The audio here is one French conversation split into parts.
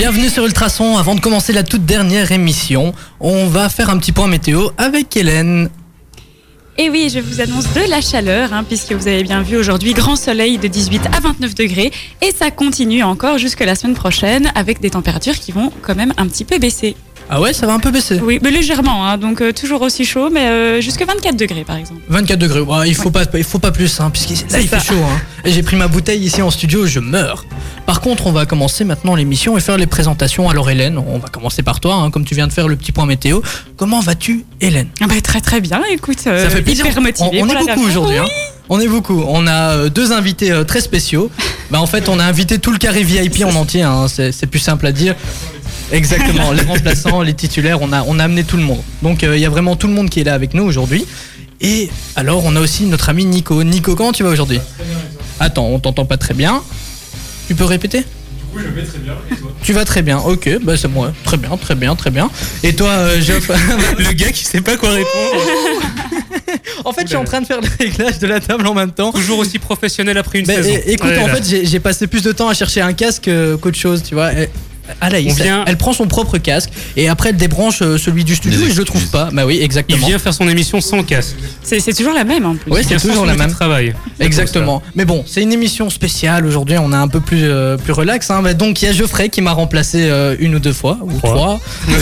Bienvenue sur Ultrason. Avant de commencer la toute dernière émission, on va faire un petit point météo avec Hélène. Et oui, je vous annonce de la chaleur, puisque vous avez bien vu aujourd'hui, grand soleil de 18 à 29 degrés. Et ça continue encore jusque la semaine prochaine, avec des températures qui vont quand même un petit peu baisser. Ah ouais, ça va un peu baisser. Oui, mais légèrement, donc toujours aussi chaud, mais jusque 24 degrés par exemple. 24 degrés, ouais, il faut pas plus, puisque là il fait chaud. Et j'ai pris ma bouteille ici en studio, je meurs. Par contre, on va commencer maintenant l'émission et faire les présentations. Alors Hélène, on va commencer par toi, comme tu viens de faire le petit point météo. Comment vas-tu, Hélène ? Très très bien, écoute, ça fait plaisir. Hyper motivée. On est beaucoup aujourd'hui. Oui. On est beaucoup. On a deux invités très spéciaux. En fait, on a invité tout le carré VIP en entier, c'est plus simple à dire. Exactement, les remplaçants, les titulaires, on a amené tout le monde. Donc il y a vraiment tout le monde qui est là avec nous aujourd'hui. Et alors on a aussi notre ami Nico. Nico, comment tu vas aujourd'hui ? Attends, on t'entend pas très bien. Tu peux répéter ? Du coup, je vais très bien. Et toi ? Tu vas très bien, ok, c'est moi. Très bien. Et toi, Geoff ? Le gars qui sait pas quoi répondre. En fait, je suis en train de faire le réglage de la table en même temps. Toujours aussi professionnel après une saison. Écoute, en fait, j'ai passé plus de temps à chercher un casque qu'autre chose, tu vois. Alaïs, elle prend son propre casque et après elle débranche celui du studio et je le trouve pas. Bah oui, exactement. Il vient faire son émission sans casque. C'est toujours la même en plus. Oui, c'est toujours la même. Travail. Exactement. Mais bon, c'est une émission spéciale aujourd'hui. On est un peu plus relax. Donc il y a Geoffrey qui m'a remplacé une ou deux fois ou trois.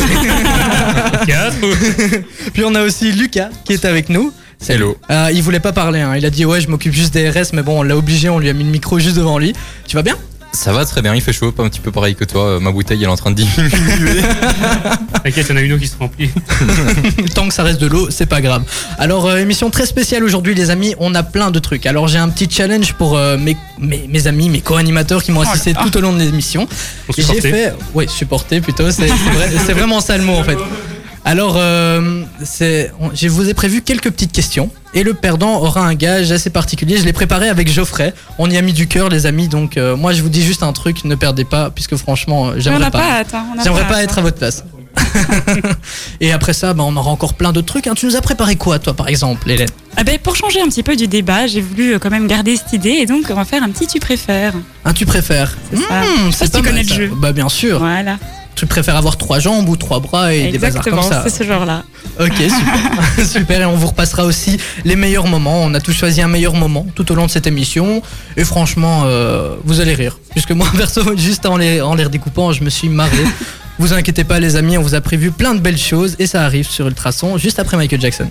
4. Puis on a aussi Lucas qui est avec nous. Hello. Il voulait pas parler. Il a dit ouais, je m'occupe juste des RS, mais bon, on l'a obligé. On lui a mis le micro juste devant lui. Tu vas bien ? Ça va très bien, il fait chaud, pas un petit peu pareil que toi, ma bouteille elle est en train de diminuer. T'inquiète, il y en a une eau qui se remplit. Tant que ça reste de l'eau, c'est pas grave. Alors émission très spéciale aujourd'hui les amis, on a plein de trucs. Alors j'ai un petit challenge pour mes amis, mes co-animateurs qui m'ont assisté tout au long de l'émission. J'ai fait, supporter plutôt, c'est vraiment ça le mot en fait. Alors, je vous ai prévu quelques petites questions et le perdant aura un gage assez particulier. Je l'ai préparé avec Geoffrey. On y a mis du cœur, les amis. Donc, moi, je vous dis juste un truc, ne perdez pas, puisque franchement, j'aimerais pas être à votre place. Et après ça, on aura encore plein d'autres trucs. Tu nous as préparé quoi, toi, par exemple, Hélène ? Pour changer un petit peu du débat, j'ai voulu quand même garder cette idée et donc on va faire un petit tu préfères. Un tu préfères. C'est ça. Tu connais le jeu. Bah bien sûr. Voilà. Tu préfères avoir 3 jambes ou 3 bras et des bazars comme ça. Exactement, c'est ce genre-là. Ok, super. Super, et on vous repassera aussi les meilleurs moments. On a tous choisi un meilleur moment tout au long de cette émission. Et franchement, vous allez rire. Puisque moi, perso, juste en les redécoupant, je me suis marré. Vous inquiétez pas les amis, on vous a prévu plein de belles choses. Et ça arrive sur Ultrason, juste après Michael Jackson.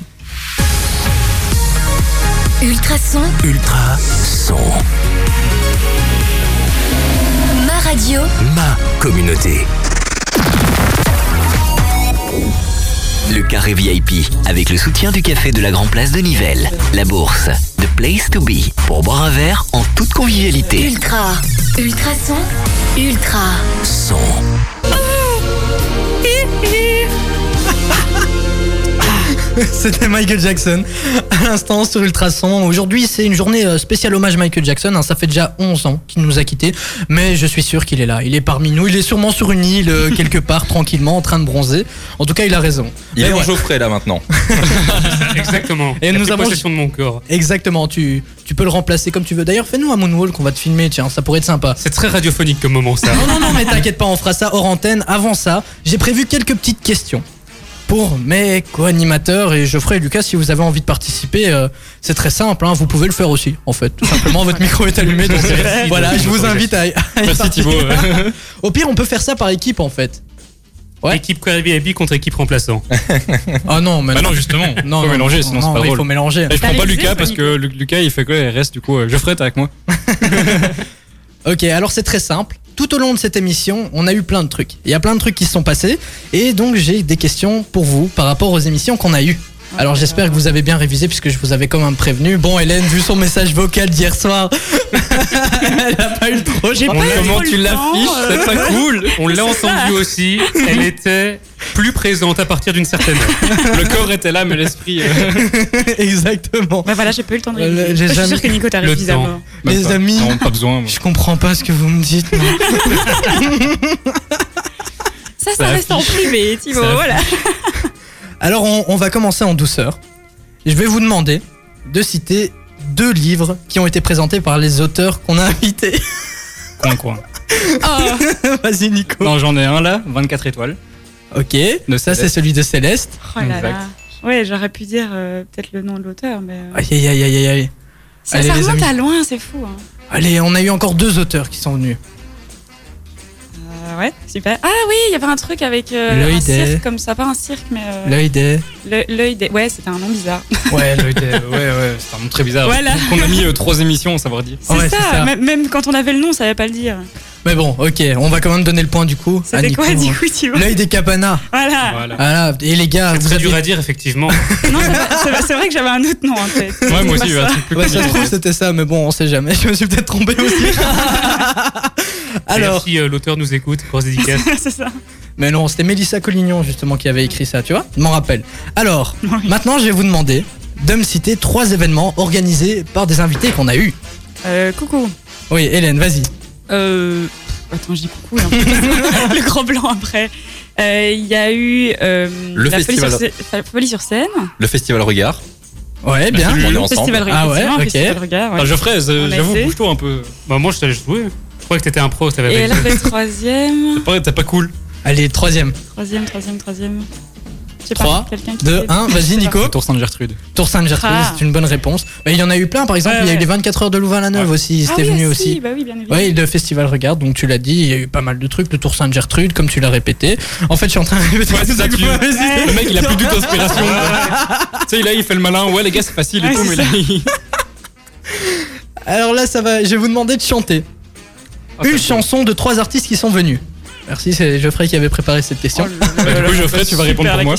Ultrason. Ma radio. Ma communauté. Le carré VIP, avec le soutien du café de la Grand Place de Nivelles. La bourse, The Place to Be, pour boire un verre en toute convivialité. Ultrason. Son. C'était Michael Jackson à l'instant sur Ultrason. Aujourd'hui c'est une journée spéciale hommage Michael Jackson. Ça fait déjà 11 ans qu'il nous a quittés, mais je suis sûr qu'il est là, il est parmi nous. Il est sûrement sur une île quelque part tranquillement en train de bronzer. En tout cas il a raison. Il est en Geoffrey là maintenant. Exactement. Et nous avons possession de mon corps. Exactement, tu peux le remplacer comme tu veux. D'ailleurs fais-nous un moonwalk qu'on va te filmer, tiens, ça pourrait être sympa. C'est très radiophonique comme moment ça. Non mais t'inquiète pas, on fera ça hors antenne. Avant ça, j'ai prévu quelques petites questions pour mes co-animateurs et Geoffrey et Lucas. Si vous avez envie de participer, c'est très simple, vous pouvez le faire aussi en fait. Tout simplement, votre micro est allumé, donc voilà, je vous invite à y Merci Thibaut. Au pire, on peut faire ça par équipe en fait. Ouais. Équipe carré VIP contre équipe remplaçant. Ah non, mais non justement. Non, faut mélanger, sinon c'est pas drôle. Il faut mélanger. Et je prends pas Lucas parce que Lucas il fait quoi, il reste du coup. Geoffrey t'es avec moi. Ok, alors c'est très simple. Tout au long de cette émission, on a eu plein de trucs. Il y a plein de trucs qui se sont passés. Et donc j'ai des questions pour vous par rapport aux émissions qu'on a eues. Alors j'espère que vous avez bien révisé puisque je vous avais quand même prévenu. Bon Hélène, vu son message vocal d'hier soir, elle a pas eu le trop. Comment tu l'affiches, c'est pas cool. On l'a entendu aussi. Elle était plus présente à partir d'une certaine heure. Le corps était là mais l'esprit... Exactement. Bah voilà, j'ai pas eu le temps de réviser. Je suis sûr que Nico t'a révisé avant. Les amis, non, pas besoin. Je comprends pas ce que vous me dites. Ça reste en privé, Thibaut, voilà. Alors on va commencer en douceur. Je vais vous demander de citer 2 livres qui ont été présentés par les auteurs qu'on a invités. Coin. Oh, Vas-y, Nico. Non, j'en ai un là, 24 étoiles. Ok, De ça c'est Céleste. celui de Céleste. oh là là. Exact. Ouais, j'aurais pu dire peut-être le nom de l'auteur, mais. Aïe aïe aïe aïe aïe. Ça, Allez, ça les remonte amis. à loin, c'est fou. Hein. Allez, on a eu encore 2 auteurs qui sont venus. Ouais, super. Ah oui, il y avait un truc avec L'œil un des- cirque comme ça, pas un cirque, mais. L'œil des. L'œil des. Ouais, c'était un nom bizarre. Ouais, l'œil des. Ouais, c'est un nom très bizarre. Voilà. On a mis 3 émissions, ça veut dire. C'est Ouais, ça. c'est ça. Même quand on avait le nom, on savait pas le dire. Mais bon, ok, on va quand même donner le point du coup. à C'était quoi, Nico. du coup, tu vois? L'œil des Capanas. Voilà. Voilà. Voilà, et les gars, C'est vous très avez. dur à dire, effectivement. Non, c'est vrai que j'avais un autre nom en tête. Ouais, moi aussi, C'est il y a un pas truc plus Ouais, ça se compliqué. trouve c'était ça, mais bon, on sait jamais. Je me suis peut-être trompé aussi. Alors, Si l'auteur nous écoute, grosse dédicace. ça. C'est ça. mais non, c'était Mélissa Collignon justement qui avait écrit ça, tu vois. Je m'en rappelle. Alors, maintenant, je vais vous demander de me citer 3 événements organisés par des invités qu'on a eus. Coucou. Oui, Hélène, vas-y. Attends, je dis coucou. Hein. Le grand blanc après. Il y a eu la festival. Folie sur scène. Le festival Regard. Ouais, bien. On est Le ensemble. Festival Ah ouais, effectivement, ok. Festival Regard. Ouais. Ah, Geoffrey, On a j'avoue, été. bouge-toi un peu. Bah, moi, je t'avais joué. Je croyais que t'étais un pro, t'avais Et raison. là, le troisième. T'es pas cool. Allez, 3ème. Troisième. Je sais pas, 3, quelqu'un qui 2, sait. 1, vas-y Nico. Tour Sainte-Gertrude. Tour Sainte-Gertrude, Ah. c'est une bonne réponse. Mais il y en a eu plein, par exemple, Ouais, il y a eu ouais. les 24 heures de Louvain-la-Neuve aussi, Ah c'était oui, venu aussi. Bah oui, bien évidemment. Oui, le festival Regarde, donc tu l'as dit, il y a eu pas mal de trucs, le Tour Sainte-Gertrude, comme tu l'as répété. En fait, je suis en train de répéter Ouais, c'est ça, tout tu- que vous m'avez dit. Ouais. Le mec, il a plus du tout d'inspiration. Tu sais, là, il fait le malin. Ouais, les gars, c'est facile et Ouais, tout, mais c'est là, il. Alors là, ça va, je vais vous demander de chanter une chanson de 3 artistes qui sont venus. Merci, c'est Geoffrey qui avait préparé cette question. Bah, du coup, Geoffrey, tu vas répondre pour moi.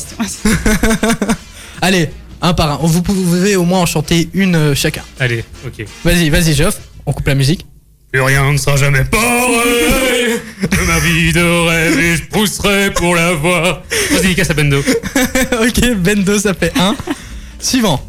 Allez, un par un, vous pouvez au moins en chanter une chacun. Allez, ok. Vas-y, Geoff, on coupe la musique. Plus rien ne sera jamais pareil de ma vie de rêve et je pousserai pour la voir. Grosse dédicace à Bendo. Ok, Bendo, ça fait 1. Suivant.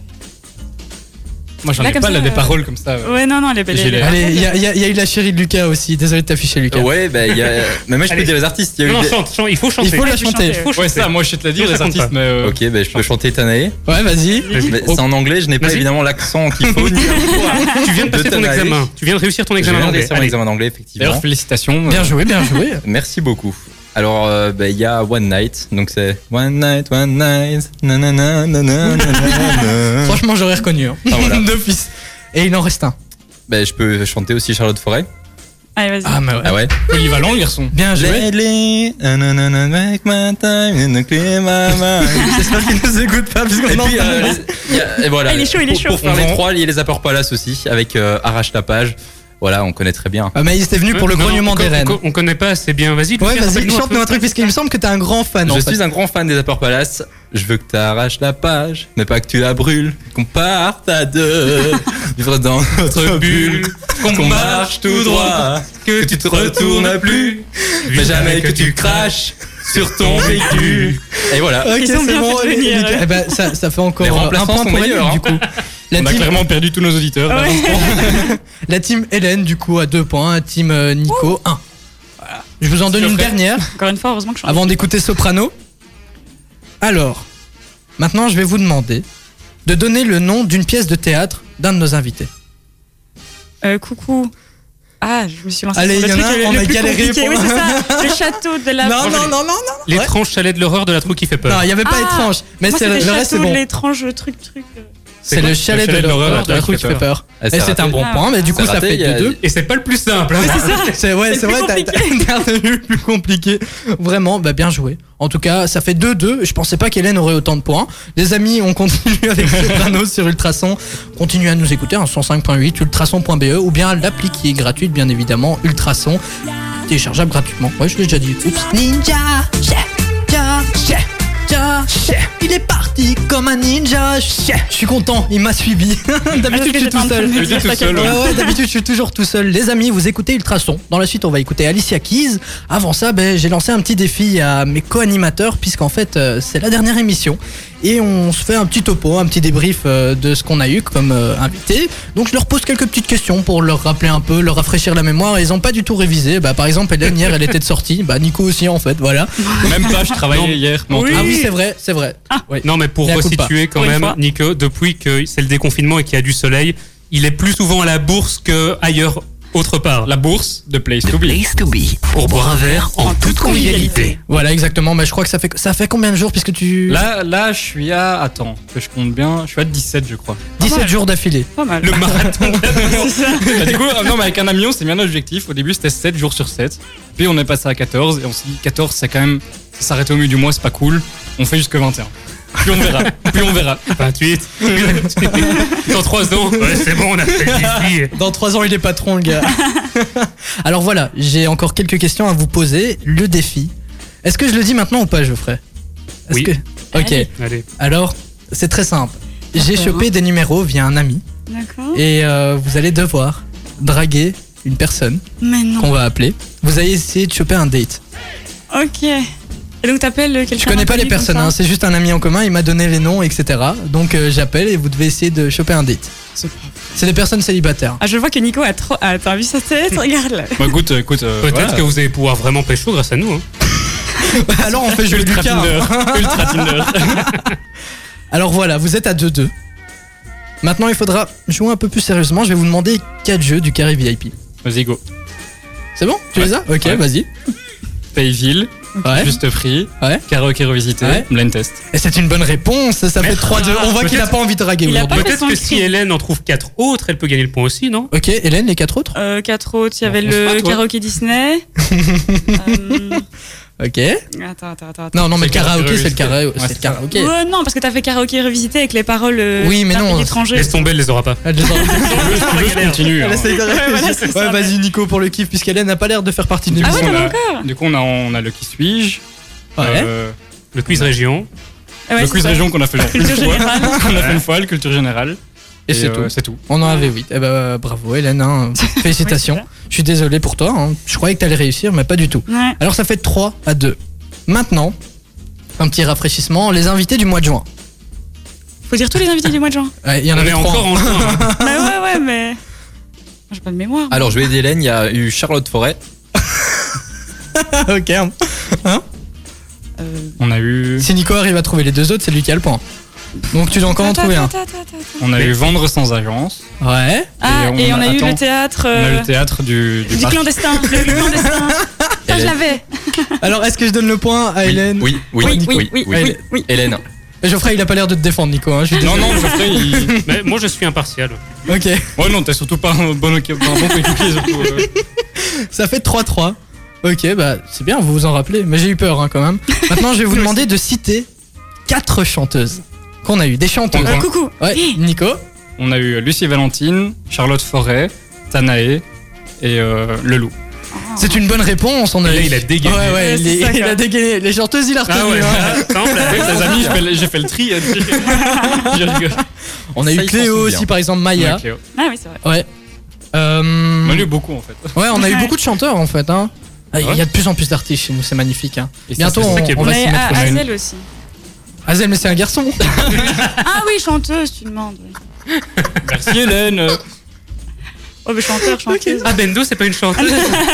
Moi, j'en Là, ai comme pas ça, là, des paroles comme ça. Ouais, non, elle est belle. J'ai elle est les- belle. Allez, il y a eu la chérie de Lucas aussi, désolé de t'afficher Lucas. Ouais, bah, il y a. Mais moi, je peux Allez. dire les artistes. Il y a eu Non, des- chante, il faut chanter. Il faut la Ouais, tu chanter. chantais. Ouais, ça, moi, je sais te la dire, Non, les ça compte artistes, pas. mais. Ok, bah, je peux chanter Tanae. Ouais, vas-y. Mais c'est en anglais, je n'ai pas Vas-y. évidemment l'accent qu'il faut. Ni Tu viens de passer ton Tanae. examen. Tu viens de réussir ton Je examen viens en de anglais. réussir mon Allez. examen d'anglais, effectivement. D'ailleurs, félicitations. Bien joué, bien joué. Merci beaucoup. Alors, bah, il y a One Night, donc c'est One Night, nanana, nanana. Franchement, j'aurais reconnu. Hein. Ah, voilà. D'office. Et il en reste un. Bah, je peux chanter aussi Charlotte Forêt. Allez, vas-y. Ah, mais ouais. Ah ouais. Polyvalent, le garçon. Bien joué. Lately, nanana, make my time in the clear my mind. J'espère qu'il nous écoute pas, parce Et qu'on puis, et voilà. Ah, il est chaud, il est chaud. Pour faire les 3, il y a les Apports Palace aussi, avec Arrache la page. Voilà, on connaît très bien. Ah, mais il était venu pour le Non, grognement des reines. On connaît pas assez bien. Vas-y, Ouais, Lucas, vas-y, rappelle-nous chante-nous un truc, parce qu'il me semble que t'es un grand fan. en Je fait. suis un grand fan des Apports Palace. Je veux que tu arraches la page, mais pas que tu la brûles. Qu'on parte à deux, vivre dans notre bulle. Qu'on marche tout droit, que tu te retournes plus. Mais jamais que tu craches sur ton vécu. Et voilà. Ok, Ils c'est ont bien bon. fait de venir, Lucas. ouais. Eh ben, ça fait encore Les un remplaçants point sont pour meilleurs, Hélène, du coup. La On a team, clairement perdu tous nos auditeurs. là. Ouais. la team Hélène, du coup, à 2 points. Team Nico, 1. Voilà. Je vous en donne une Geoffrey. dernière. Encore une fois, heureusement que je chante. Avant d'écouter Soprano. Alors, maintenant je vais vous demander de donner le nom d'une pièce de théâtre d'un de nos invités. Coucou. Ah, je me suis lancée Allez, sur le il y en a truc un, on le a plus galéré compliqué. pour- Oui, c'est ça. Le château de la... Non. L'étrange chalet de l'horreur de la troupe qui fait peur. Non, il n'y avait pas Ah, étrange. Mais Moi, c'est c'était le reste, c'est château bon. de l'étrange truc. C'est le chalet de l'horreur de la troupe qui fait peur. Ah, Et c'est un bon Ah, point, mais du coup c'est ça raté, fait il y a- 2-2. Et c'est pas le plus simple. hein. C'est ouais, c'est le vrai, plus t'as retenu le plus compliqué. Vraiment, bah bien joué. En tout cas, ça fait 2-2. Je pensais pas qu'Hélène aurait autant de points. Les amis, on continue avec Soprano sur Ultrason. Continuez à nous écouter, hein, 105.8, ultrason.be ou bien l'appli qui est gratuite, bien évidemment, Ultrason. Téléchargeable gratuitement. Ouais, je l'ai déjà dit. Oups. Ninja, il est parti comme un ninja. Je suis content, il m'a suivi. D'habitude, je suis tout seul. Ouais, d'habitude je suis toujours tout seul. Les amis, vous écoutez Ultrason. Dans la suite, on va écouter Alicia Keys. Avant ça, j'ai lancé un petit défi à mes co-animateurs, puisqu'en fait, c'est la dernière émission. Et on se fait un petit topo, un petit débrief de ce qu'on a eu comme invité. Donc je leur pose quelques petites questions pour leur rappeler un peu, leur rafraîchir la mémoire. Ils ont pas du tout révisé. Par exemple, Hélène, hier, elle était de sortie. Nico aussi, en fait, voilà. Même pas, je travaillais hier. Non, Ah oui, c'est vrai, c'est vrai. Oui. Non, mais pour La culpa. resituer quand Pour une même, fois. Nico, depuis que c'est le déconfinement et qu'il y a du soleil, il est plus souvent à la bourse qu'ailleurs Autre part, la bourse de Place The to Be. Place to Be. Pour boire un verre en toute convivialité. Voilà, exactement. Mais je crois que ça fait combien de jours puisque tu... Là, je suis à. Attends, que je compte bien. Je suis à 17, je crois. 17 jours d'affilée. Pas mal. Le marathon. C'est ça. Bah, du coup, non, mais avec un ami, on s'est mis un objectif. Au début, c'était 7 jours sur 7. Puis on est passé à 14. Et on s'est dit, 14, c'est quand même. S'arrêter au milieu du mois, c'est pas cool. On fait jusque 21. Puis on verra. 28. Dans 3 ans. Ouais, c'est bon, on a fait le défi. Dans 3 ans, il est patron, le gars. Alors voilà, j'ai encore quelques questions à vous poser. Le défi. Est-ce que je le dis maintenant ou pas, Geoffrey? Est-ce Oui. que... Ok. Allez. Allez. Alors, c'est très simple. J'ai D'accord. chopé des numéros via un ami. D'accord. Et vous allez devoir draguer une personne Mais non. qu'on va appeler. Vous allez essayer de choper un date. Ok. Et donc t'appelles quelqu'un. Je connais pas les d'inconnu personnes, comme hein, ça c'est juste un ami en commun, il m'a donné les noms, etc. Donc j'appelle et vous devez essayer de choper un date. C'est des personnes célibataires. Ah, je vois que Nico a trop. Ah, t'as vu sa tête? Regarde là. Bah, écoute. Peut-être voilà. que vous allez pouvoir vraiment pécho grâce à nous. Hein. Alors on fait jouer Ultra Lucas. Tinder. Ultra Tinder. Alors voilà, vous êtes à 2-2. Maintenant il faudra jouer un peu plus sérieusement, je vais vous demander 4 jeux du carré VIP. Vas-y, go. C'est bon? Tu les as? Ok, Ouais. vas-y. Payville, Ouais. juste prix, Ouais. karaoké revisité, Ouais. blind test. Et c'est une bonne réponse, ça fait 3-2. On voit qu'il a pas envie de draguer Il a aujourd'hui. pas fait Peut-être son que tri. si Hélène en trouve 4 autres, elle peut gagner le point aussi, non? Ok, Hélène, les 4 autres? 4 autres, il y avait On se bat, le toi. karaoké Disney. Ok. Attends. Non, mais le C'est le karaoké, c'est le karaoké. karaoké. Ouais, C'est le c'est ça. karaoké. Ouais, non, parce que t'as fait karaoké revisité avec les paroles Oui, mais d'un non, pays étranger. Laisse tomber, elle les aura pas. Elle les a- Je continue. Elle hein. essaye de voilà, c'est Ouais, ça. vas-y Nico pour le kiff, puisqu'Hélène n'a pas l'air de faire partie de Ah l'émission. ouais, t'en as on a- encore? Du coup, on a le qui suis-je. Ouais. Le quiz région. Ah ouais, Le c'est quiz ça. région qu'on a fait genre Culture une fois. générale. Qu'on a fait une fois, le culture générale. Et c'est tout. C'est tout. On en avait 8. Eh ben, bravo Hélène, hein. Félicitations. Ouais, Je suis désolé pour toi, hein. Je croyais que t'allais réussir, mais pas du tout. Ouais. Alors ça fait 3-2. Maintenant, un petit rafraîchissement, les invités du mois de juin. Faut dire tous les invités du mois de juin. Ouais, il y en On avait est 3. encore en juin. Hein. Bah ouais, mais. J'ai pas de mémoire. Alors, je vais aider Hélène, il y a eu Charlotte Forêt. Ok. On a eu. Si Nico arrive à trouver les 2 autres, c'est lui qui a le point. Donc tu dois encore en trouver un. Attends. On a eu Vendre sans agence. Ouais. Ah, et on a eu attends, le théâtre. On a eu le théâtre du Du parc. clandestin. Le clandestin. Ça, je Hélène. l'avais. Alors est-ce que je donne le point à Hélène? Oui. Oui. Hélène. Et Geoffrey, il a pas l'air de te défendre, Nico. Hein. Je suis Non, désolé. non, Geoffrey, il. Mais moi, je suis impartial. Ok. Ouais, non, t'es surtout pas un bon coéquipier, surtout. Ça fait 3-3. Ok, bah c'est bien, vous vous en rappelez. Mais j'ai eu peur hein, quand même. Maintenant, je vais vous demander de citer 4 chanteuses qu'on a eu. Des chanteuses. Ouais. Coucou. Ouais, Nico. On a eu Lucie Valentine, Charlotte Forêt, Tanae et le loup. C'est une bonne réponse. On a Et là, eu- il a dégainé. Ouais, Ouais, c'est ça, il quoi. a dégainé. Les chanteuses, il a retenu. Ah ouais, hein. ça, on l'a Avec fait. les amis, j'ai fait le tri. Je rigole. On a Ça, eu ils s'en Cléo souviennent. aussi, par exemple, Maya. Ouais, Cléo. Ah oui, c'est vrai. Ouais. On a eu beaucoup en fait. Ouais, on a eu Ouais. beaucoup de chanteurs en fait. Hein. Ah, Il Ouais. y a de plus en plus d'artistes chez nous, c'est magnifique. Hein. Et ça, Bientôt, c'est ça qui est on bon. va On a s'y eu mettre. Azel aussi. Azel, mais c'est un garçon. Ah oui, chanteuse, tu demandes. Oui. Merci Hélène. Oh, mais chanteur, chanteuse. Ah, Bendo, c'est pas une chanteuse.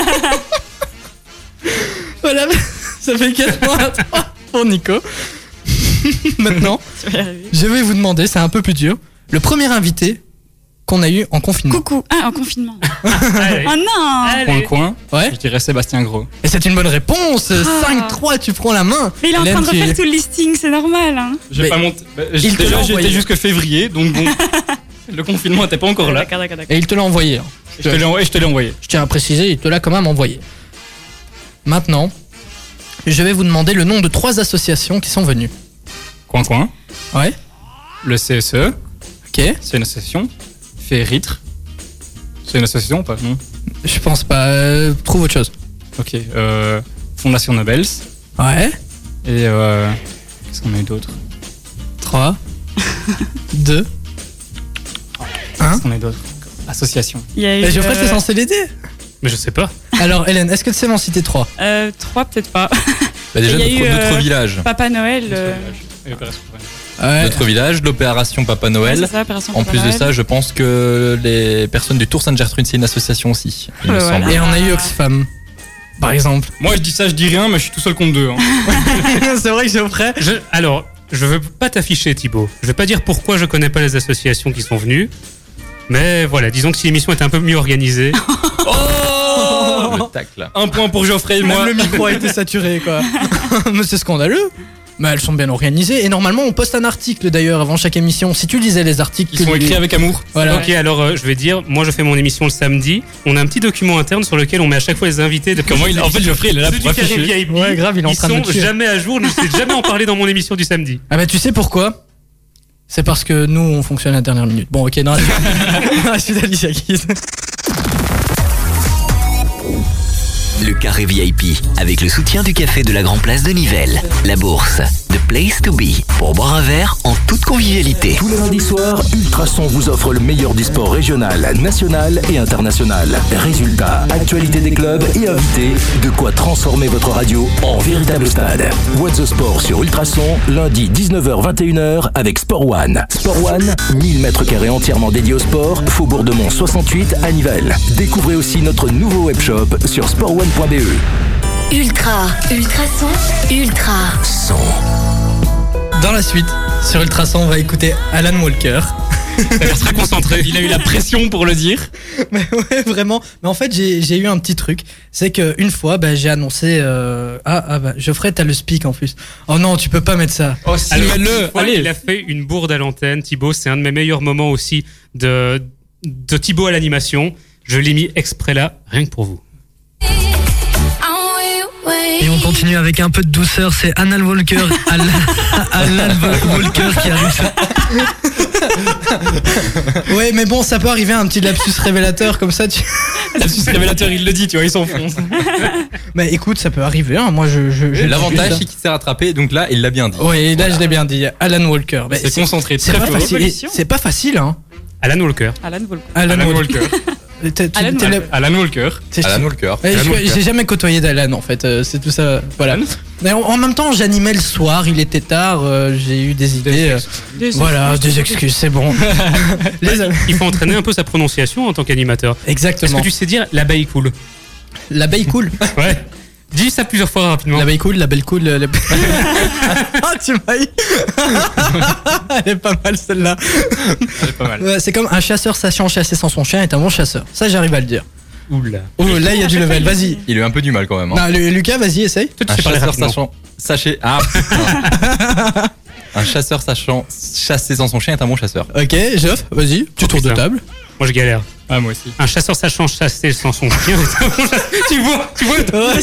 Voilà, ça fait 4 points à 3 pour Nico. Maintenant, Tu vas y arriver. je vais vous demander, c'est un peu plus dur, le premier invité qu'on a eu en confinement. Coucou. Ah, en confinement. Allez. Oh non. Point coin. Ouais. Je dirais Sébastien Gros. Et c'est une bonne réponse. Ah. 5-3, tu prends la main. Mais il est en Hélène, train de tu- refaire tout le listing, c'est normal. Hein. J'ai Mais pas monté. il te l'a Déjà, envoyé. j'étais jusque février, donc bon. Le confinement était pas encore là. D'accord. Et il te l'a envoyé. Hein. Je te l'ai envoyé. Je tiens à préciser, il te l'a quand même envoyé. Maintenant, je vais vous demander le nom de 3 associations qui sont venues. Coin coin. Ouais. Le CSE, Ok. c'est une association. Féeritre. C'est une association ou pas? Non. Je pense pas. Trouve autre chose. Ok. Fondation Nobels. Ouais. Et qu'est-ce qu'on a eu d'autre? 3, 2. Qu'est-ce qu'on a eu d'autre? Association. Il y a eu. Et Geoffrey, t'es censé l'aider. Mais je sais pas. Alors, Hélène, est-ce que tu sais m'en citer 3? 3, peut-être pas. Bah, déjà, Il y a eu, notre village. Papa Noël. Et Opération Foraine. Ouais. Notre village, l'opération Papa Noël. Ouais, c'est ça, Opération En Papa plus de Noël. ça, je pense que les personnes du Tour Sainte-Gertrude, c'est une association aussi. Il me Voilà. semble. Et on a eu Oxfam, par exemple. Moi, je dis ça, je dis rien, mais je suis tout seul contre 2. Hein. C'est vrai que Geoffrey. Alors, je veux pas t'afficher, Thibaut. Je vais pas dire pourquoi je connais pas les associations qui sont venues. Mais voilà, disons que si l'émission était un peu mieux organisée. Oh Le tacle. Un point pour Geoffrey et moi. Même le micro a été saturé, quoi. Mais c'est scandaleux. Mais elles sont bien organisées. Et normalement, on poste un article d'ailleurs avant chaque émission. Si tu lisais les articles. Ils sont écrits avec amour. Voilà. Ok, alors je vais dire, moi je fais mon émission le samedi. On a un petit document interne sur lequel on met à chaque fois les invités. En fait, Geoffrey, il est là Ceux pour du Carré afficher. VIP, Ouais, grave, il est en train de me Ils sont tuer. jamais à jour, je ne sais jamais en parler dans mon émission du samedi. Ah bah tu sais pourquoi? C'est parce que nous, on fonctionne à la dernière minute. Bon, ok, non. Je suis d'Alicia Keys. Le carré VIP, avec le soutien du café de la Grand Place de Nivelles. La bourse, The Place to Be, pour boire un verre en toute convivialité. Tous les lundis soirs, Ultrason vous offre le meilleur du sport régional, national et international. Résultats, actualités des clubs et invités, de quoi transformer votre radio en véritable stade. What's the Sport sur Ultrason, lundi 19h-21h avec Sport One. Sport One, 1000 m² entièrement dédiés au sport, Faubourg de Mont 68 à Nivelles. Découvrez aussi notre nouveau webshop sur sportone.be. Ultrason, Ultra. Son. Dans la suite, sur Ultrason, on va écouter Alan Walker. Il a l'air très concentré. Il a eu la pression pour le dire. Mais ouais, vraiment. Mais en fait, j'ai eu un petit truc. C'est qu'une fois, bah, j'ai annoncé. Bah, Geoffrey, t'as le speak en plus. Oh non, tu peux pas mettre ça. Oh, si, Alors, mets-le. une fois, Allez. il a fait une bourde à l'antenne. Thibaut, c'est un de mes meilleurs moments aussi de Thibaut à l'animation. Je l'ai mis exprès là, rien que pour vous. Et on continue avec un peu de douceur. C'est Alan Walker. Alan Walker qui arrive. Ouais, mais bon, ça peut arriver un petit lapsus révélateur comme ça. Lapsus révélateur, il le dit, tu vois, il s'enfonce. Mais écoute, ça peut arriver. Hein. Moi, je L'avantage, c'est qu'il s'est rattrapé, donc là, il l'a bien dit. Oui, là, je l'ai bien dit. Alan Walker. Mais C'est concentré, c'est très pas fort. facile. C'est pas facile, hein. Alan Walker. Alan Volco. Alan Alan Walker. Walker. Alan Walker. Alan Walker. J'ai jamais côtoyé d'Alan en fait, c'est tout ça. Voilà. Mais en même temps, j'animais le soir, il était tard, j'ai eu des idées. Voilà, des excuses, c'est bon. Il faut entraîner un peu sa prononciation en tant qu'animateur. Est-ce Exactement. que tu sais dire l'abeille cool? L'abeille cool. Ouais. Dis ça plusieurs fois rapidement. L'abeille cool, la belle cool. Ah, tu m'as eu. Elle est pas mal celle-là. C'est pas mal. Ouais, c'est comme un chasseur sachant chasser sans son chien est un bon chasseur. Ça, j'arrive à le dire. Oula. Oh, là, il y a du level, vas-y. Il a eu un peu du mal quand même. Hein. Non, Lucas, vas-y, essaye. Toi, tu Un sais parler chasseur rapidement. sachant. Sachez. Ah, putain. Un chasseur sachant chasser sans son chien est un bon chasseur. Ok, Geoff, vas-y, tu tours de putain. table. Moi, je galère. Ah, moi aussi. Un chasseur sachant chasser sans son chien. tu vois.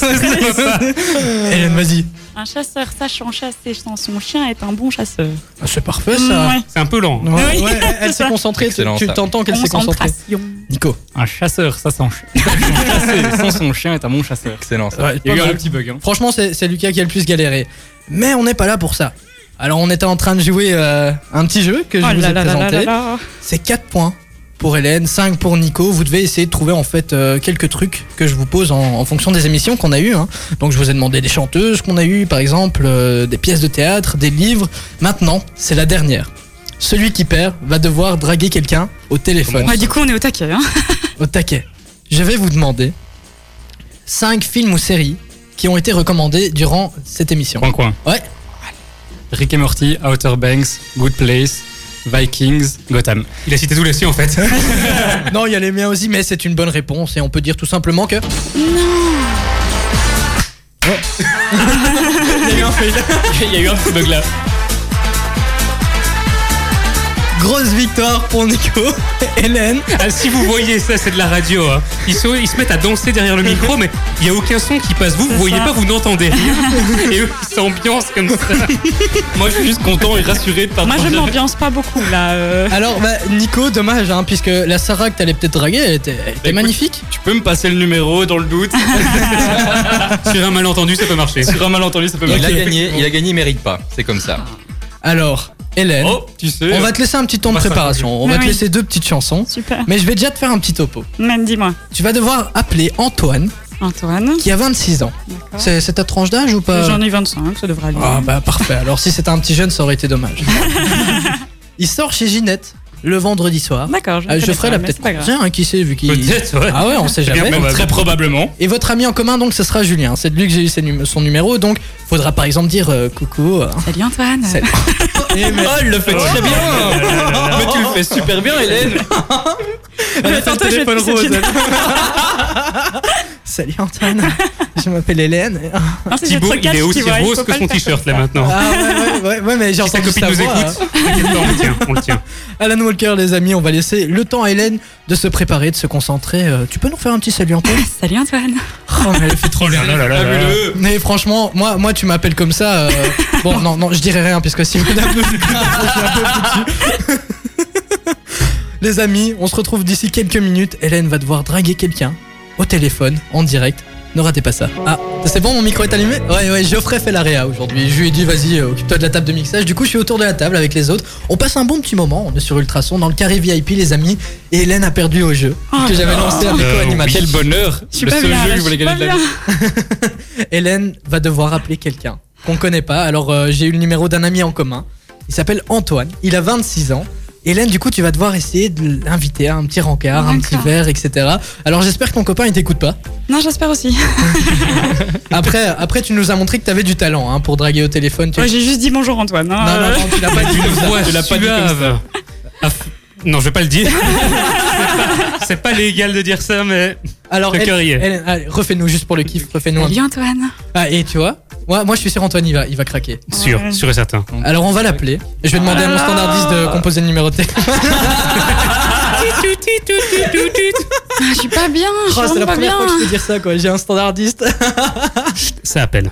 Hélène, vas-y. Un chasseur sachant chasser sans son chien est un bon chasseur. Ah, c'est parfait ça. Ouais. C'est un peu lent. Ouais, Oui, ouais, elle s'est ça. concentrée, Excellent, tu ça. t'entends qu'elle s'est concentrée. Concentration. Nico. Un chasseur, ça sans chasser sans son chien est un bon chasseur. Excellent ça. Ouais, Il y a eu pas un mal. petit bug. Hein. Franchement, c'est Lucas qui a le plus galéré. Mais on n'est pas là pour ça. Alors, on était en train de jouer un petit jeu que je Oh vous là ai là là présenté. là là. C'est 4 points pour Hélène, 5 pour Nico. Vous devez essayer de trouver en fait quelques trucs que je vous pose en fonction des émissions qu'on a eues. Hein. Donc, je vous ai demandé des chanteuses qu'on a eues, par exemple, des pièces de théâtre, des livres. Maintenant, c'est la dernière. Celui qui perd va devoir draguer quelqu'un au téléphone. Ouais, du coup, on est au taquet. Hein. Au taquet. Je vais vous demander 5 films ou séries qui ont été recommandés durant cette émission. Coin. Ouais. Rick et Morty, Outer Banks, Good Place, Vikings, Gotham. Il a cité tous les cieux en fait. Non, il y a les miens aussi, mais c'est une bonne réponse et on peut dire tout simplement que. Oh. Il y a eu un fail. Il y a eu un petit bug là. Grosse victoire pour Nico. Hélène. Ah, si vous voyez ça, c'est de la radio. Hein. Ils se mettent à danser derrière le micro, mais il n'y a aucun son qui passe. Vous voyez pas, vous n'entendez rien. Et eux, ils s'ambiancent comme ça. Moi, je suis juste content et rassuré de pas Moi, je m'ambiance pas beaucoup là. Alors, bah, Nico, dommage, hein, puisque la Sarah que t'allais peut-être draguer, elle était écoute, magnifique. Tu peux me passer le numéro dans le doute. Sur un malentendu, ça peut marcher. Sur un malentendu, ça peut Il marcher. a gagné, il mérite pas. C'est comme ça. Alors, Hélène, Oh, tu sais. on va te laisser un petit temps de On va préparation. On va te Oui. laisser 2 petites chansons. Super. Mais je vais déjà te faire un petit topo. Même dis-moi. Tu vas devoir appeler Antoine, Antoine. qui a 26 ans. D'accord. C'est ta tranche d'âge ou pas? J'en ai 25, ça devrait aller. Ah bah parfait, alors si c'était un petit jeune ça aurait été dommage. Il sort chez Ginette le vendredi soir. D'accord, je, Je connais ferai pas, la mais peut-être c'est pas grave. croisé, hein, qui sait vu qu'il... Peut-être, ouais. Ah ouais, on sait bien jamais. probable. Très probablement. Et votre ami en commun donc ce sera Julien, c'est de lui que j'ai eu son numéro donc faudra par exemple dire coucou. Salut Antoine. Salut. Oh, elle le fait très bien. Mais tu le fais super bien, Hélène. Elle a fait le téléphone rose. Salut Antoine, je m'appelle Hélène. Non, c'est Thibaut, notre il est catch, aussi tu vois, il rose faut que pas son le faire t-shirt comme là ça. maintenant. Ah ouais, mais j'ai Si ta entendu copine sa nous voix. écoute, t'inquiète pas, on le tient. Alan Walker, les amis, on va laisser le temps à Hélène de se préparer, de se concentrer. Tu peux nous faire un petit salut Antoine? Salut Antoine. Oh, mais elle fait trop bien. Mais franchement, moi tu m'appelles comme ça. Bon, non, je dirais rien, puisque si madame nous écoute, je suis un peu foutu. Les amis, on se retrouve d'ici quelques minutes. Hélène va devoir draguer quelqu'un au téléphone, en direct. Ne ratez pas ça. Ah, c'est bon, mon micro est allumé? Ouais, Geoffrey fait la réa aujourd'hui. Je lui ai dit, vas-y, occupe-toi de la table de mixage. Du coup, je suis autour de la table avec les autres. On passe un bon petit moment. On est sur Ultrason, dans le carré VIP, les amis. Et Hélène a perdu au jeu que j'avais lancé avec co-animateur. Quel bonheur. Je suis Le pas seul bien. jeu là, que je voulais je suis gagner pas de la bien. vie. Hélène va devoir appeler quelqu'un qu'on connaît pas. Alors, j'ai eu le numéro d'un ami en commun. Il s'appelle Antoine. Il a 26 ans. Hélène, du coup, tu vas devoir essayer de l'inviter à un petit rencard, un petit D'accord. verre, etc. Alors, j'espère que ton copain, il t'écoute pas. Non, j'espère aussi. Après, tu nous as montré que t'avais du talent hein, pour draguer au téléphone. Ouais, j'ai juste dit bonjour Antoine. Hein. Non, tu l'as pas dit. Une voix tu l'as pas dit comme suave. Non, je vais pas le dire. C'est pas légal de dire ça, mais Alors, le cœur y est. Hélène, allez, refais-nous juste pour le kiff. Refais-nous un. Salut Antoine. Ah, et tu vois, moi, je suis sûr Antoine, il va craquer. Sûr, Ouais. sûr et certain. Alors, on va l'appeler. Je vais demander à mon standardiste de composer le numéro de téléphone. Ah, je suis pas bien. Je suis Oh, c'est la vraiment pas première bien. fois que je peux dire ça, quoi. J'ai un standardiste. Ça appelle.